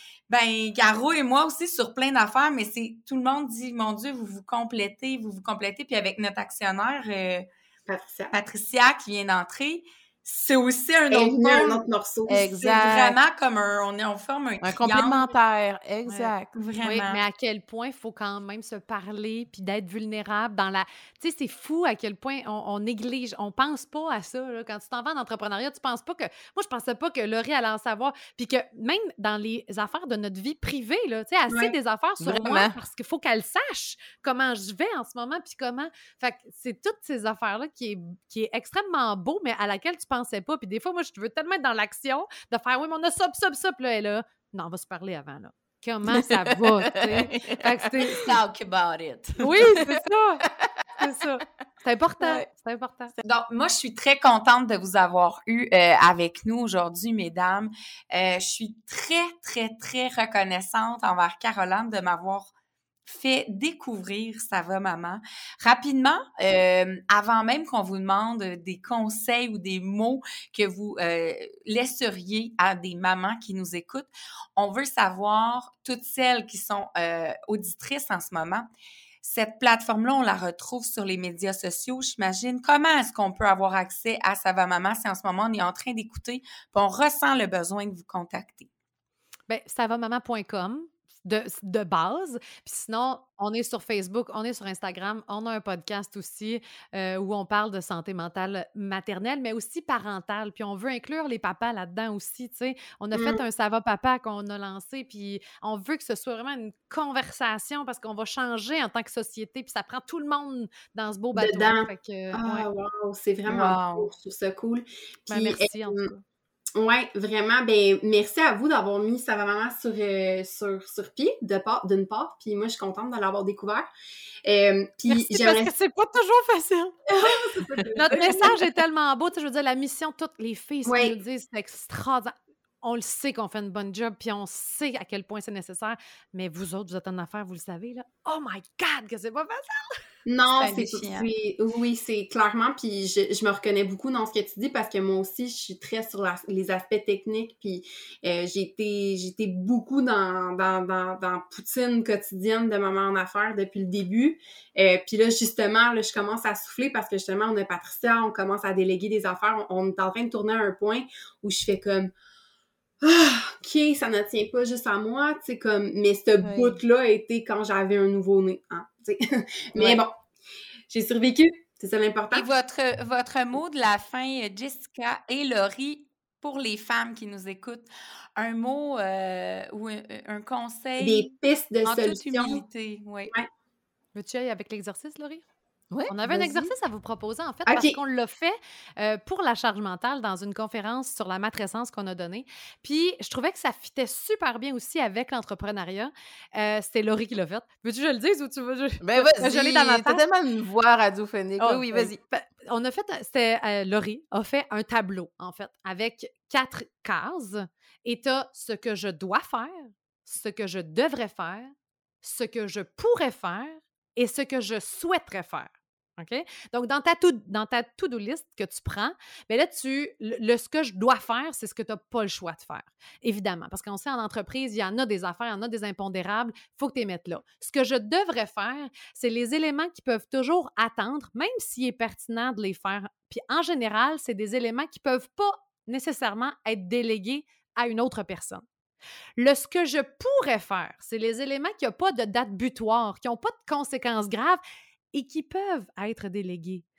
ben Caro et moi aussi sur plein d'affaires, mais c'est tout le monde dit « mon Dieu, vous vous complétez, vous vous complétez », puis avec notre actionnaire... Euh, Patricia. Patricia qui vient d'entrer, c'est aussi un Elle autre, un autre morceau. Exact. C'est vraiment comme un, on, est, on forme un, un triangle. complémentaire, exact. Ouais, vraiment. Oui, mais à quel point il faut quand même se parler puis d'être vulnérable dans la... Tu sais, c'est fou à quel point on, on néglige, on pense pas à ça. Là. Quand tu t'en vas en entrepreneuriat, tu penses pas que... Moi, je pensais pas que Laurie allait en savoir. Puis que même dans les affaires de notre vie privée, là, tu sais, elle sait Ouais. des affaires sur Vraiment. moi parce qu'il faut qu'elle sache comment je vais en ce moment puis comment... Fait que c'est toutes ces affaires-là qui est, qui est extrêmement beau, mais à laquelle tu pensais pas. Puis des fois, moi, je veux tellement être dans l'action de faire « oui, mais on a ça, ça, ça. » Puis là, elle est là. Non, on va se parler avant, là. Comment ça va, tu sais? Fait que c'était- Talk about it. Oui, c'est ça! C'est ça. C'est important. Ouais. C'est important. Donc, moi, je suis très contente de vous avoir eu euh, avec nous aujourd'hui, mesdames. Euh, je suis très, très, très reconnaissante envers Caroline de m'avoir fait découvrir Ça va maman. Rapidement, euh, avant même qu'on vous demande des conseils ou des mots que vous euh, laisseriez à des mamans qui nous écoutent, on veut savoir, toutes celles qui sont euh, auditrices en ce moment, cette plateforme-là, on la retrouve sur les médias sociaux, j'imagine. Comment est-ce qu'on peut avoir accès à Ça va maman si en ce moment on est en train d'écouter puis on ressent le besoin de vous contacter? Bien, ça va maman point com de, de base. Puis sinon, on est sur Facebook, on est sur Instagram, on a un podcast aussi euh, où on parle de santé mentale maternelle, mais aussi parentale. Puis on veut inclure les papas là-dedans aussi, tu sais. On a Mm. fait un Ça va papa qu'on a lancé, puis on veut que ce soit vraiment une conversation parce qu'on va changer en tant que société, puis ça prend tout le monde dans ce beau bateau. Dedans. Fait que, Ah, ouais. wow, c'est vraiment Wow. cool. Je trouve ça cool. Ben, Puis, merci en euh, tout cas. Oui, vraiment. Ben, merci à vous d'avoir mis Ça va maman sur, euh, sur, sur pied, de part, d'une part. Puis moi, je suis contente de l'avoir découvert. Euh, puis Merci, j'aimerais... parce que c'est pas toujours facile. Notre message est tellement beau. Tu sais, je veux dire, la mission, toutes les filles, ce Oui. qu'ils nous disent, c'est extraordinaire. On le sait qu'on fait une bonne job, puis on sait à quel point c'est nécessaire. Mais vous autres, vous êtes en affaires, vous le savez, là. Oh my God, que c'est pas facile! Non, C'est un c'est, défi, hein. c'est- oui, c'est clairement, puis je, je me reconnais beaucoup dans ce que tu dis parce que moi aussi, je suis très sur la- les aspects techniques, puis euh, j'ai été, j'ai été beaucoup dans, dans, dans, dans poutine quotidienne de maman en affaires depuis le début. Euh, puis là, justement, là, je commence à souffler parce que justement, on a Patricia, on commence à déléguer des affaires, on, on est en train de tourner à un point où je fais comme ah, OK, ça ne tient pas juste à moi, tu sais, comme, mais ce Oui. bout-là a été quand j'avais un nouveau-né, hein, tu sais. Mais Ouais. bon, j'ai survécu, c'est ça l'important. Et votre, votre mot de la fin, Jessica et Laurie, pour les femmes qui nous écoutent, un mot euh, ou un, un conseil Des pistes de en toute solutions. humilité. Oui. Veux-tu aller avec l'exercice, Laurie? Oui, On avait un vas-y. exercice à vous proposer, en fait, OK. parce qu'on l'a fait euh, pour la charge mentale dans une conférence sur la matrescence qu'on a donnée. Puis, je trouvais que ça fitait super bien aussi avec l'entrepreneuriat. Euh, C'était Laurie qui l'a fait. Veux-tu que je le dise ou tu veux... Je... Ben je l'ai vas-y, dans ma t'as face. tellement une voix radiophonique. Oh, oui, oui, vas-y. Fait- On a fait, c'était euh, Laurie a fait un tableau, en fait, avec quatre cases. Et t'as ce que je dois faire, ce que je devrais faire, ce que je pourrais faire et ce que je souhaiterais faire. OK? Donc, dans ta to- dans ta to-do list que tu prends, bien là, tu, le, le- ce que je dois faire, c'est ce que tu n'as pas le choix de faire, évidemment. Parce qu'on sait, en entreprise, il y en a des affaires, il y en a des impondérables, il faut que tu les mettes là. Ce que je devrais faire, c'est les éléments qui peuvent toujours attendre, même s'il est pertinent de les faire. Puis, en général, c'est des éléments qui ne peuvent pas nécessairement être délégués à une autre personne. Le ce que je pourrais faire, c'est les éléments qui n'ont pas de date butoir, qui n'ont pas de conséquences graves et qui peuvent être délégués.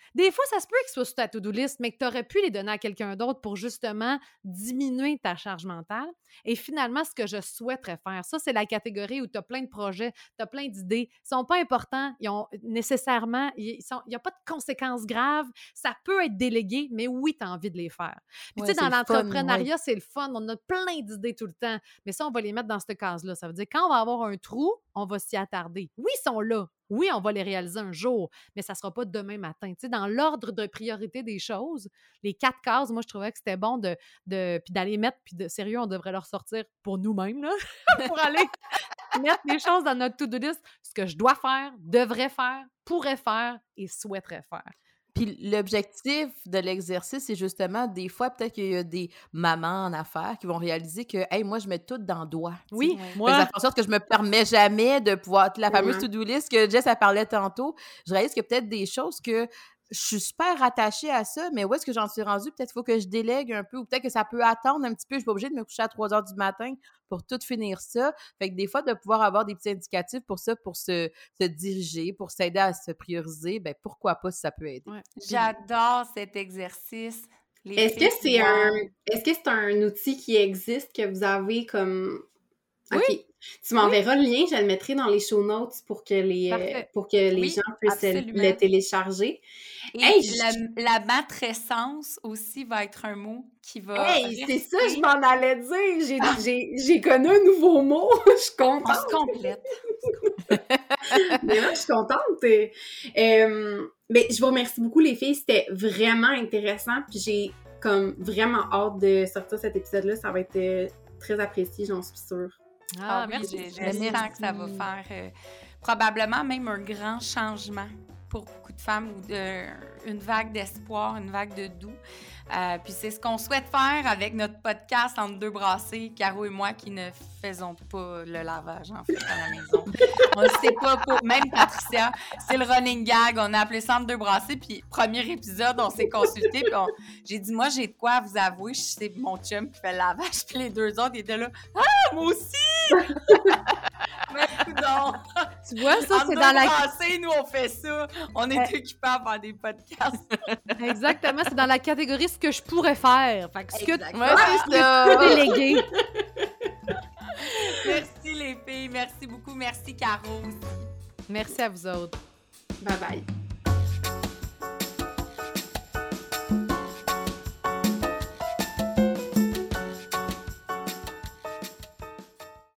Des fois, ça se peut qu'ils soient sur ta to-do list, mais que tu aurais pu les donner à quelqu'un d'autre pour justement diminuer ta charge mentale. Et finalement, ce que je souhaiterais faire, ça, c'est la catégorie où tu as plein de projets, tu as plein d'idées. Ils ne sont pas importants, ils ont nécessairement, il n'y a pas de conséquences graves. Ça peut être délégué, mais oui, tu as envie de les faire. Puis Ouais, tu sais, dans c'est le fun, l'entrepreneuriat, ouais. c'est le fun. On a plein d'idées tout le temps. Mais ça, on va les mettre dans cette case-là. Ça veut dire quand on va avoir un trou, on va s'y attarder. Oui, ils sont là. Oui, on va les réaliser un jour, mais ça ne sera pas demain matin. Tu sais, dans l'ordre de priorité des choses, les quatre cases, moi, je trouvais que c'était bon de, de puis d'aller mettre, puis de sérieux, on devrait leur sortir pour nous-mêmes, là, pour aller mettre les choses dans notre to-do list, ce que je dois faire, devrais faire, pourrais faire et souhaiterais faire. Puis l'objectif de l'exercice, c'est justement, des fois, peut-être qu'il y a des mamans en affaires qui vont réaliser que, hey, moi, je mets tout dans le doigt. Oui, Ouais. moi, Ça fait en sorte que je me permets jamais de pouvoir. La fameuse Mhm. to-do list que Jess, elle parlait tantôt, je réalise qu'il y a peut-être des choses que je suis super attachée à ça, mais où est-ce que j'en suis rendue? Peut-être qu'il faut que je délègue un peu, ou peut-être que ça peut attendre un petit peu. Je suis pas obligée de me coucher à trois heures du matin pour tout finir ça. Fait que des fois, de pouvoir avoir des petits indicatifs pour ça, pour se, se diriger, pour s'aider à se prioriser, ben pourquoi pas si ça peut aider. ouais. J'adore cet exercice. Les Est-ce que filles, c'est wow. un est-ce que c'est un outil qui existe que vous avez comme Oui. OK. Tu m'enverras le lien, je le mettrai dans les show notes pour que les euh, Parfait. pour que les Oui, gens puissent le- absolument. le télécharger. Et Hey, je- la, la matrescence aussi va être un mot qui va Hey, c'est ça, rester. je m'en allais dire. J'ai, j'ai, j'ai connu un nouveau mot. Je suis On contente. se complète. Mais là, je suis contente. Euh, ben, je vous remercie beaucoup, les filles. C'était vraiment intéressant. Puis j'ai comme vraiment hâte de sortir cet épisode-là. Ça va être euh, très apprécié, j'en suis sûre. Ah, Ah oui, merci. je, je Merci. sens que ça va faire euh, probablement même un grand changement pour beaucoup de femmes ou de, une vague d'espoir, une vague de doux. Euh, puis c'est ce qu'on souhaite faire avec notre podcast Entre deux brassées, Caro et moi qui ne faisons pas le lavage en fait à la maison. On ne sait pas, pour, même Patricia, c'est le running gag, on a appelé ça Entre deux brassées, puis premier épisode, on s'est consulté, puis on- j'ai dit, moi j'ai de quoi vous avouer, c'est mon chum qui fait le lavage, puis les deux autres étaient là, ah, moi aussi! Mais coudonc! Tu vois, ça, Entre c'est deux dans la... brassées, nous on fait ça, on est occupés à faire des podcasts. Exactement, c'est dans la catégorie ce que je pourrais faire. Fait que ce que Exactement. Ouais, c'est ça. tu peux déléguer. Merci les filles, merci beaucoup, merci Caro aussi. Merci à vous autres. Bye bye.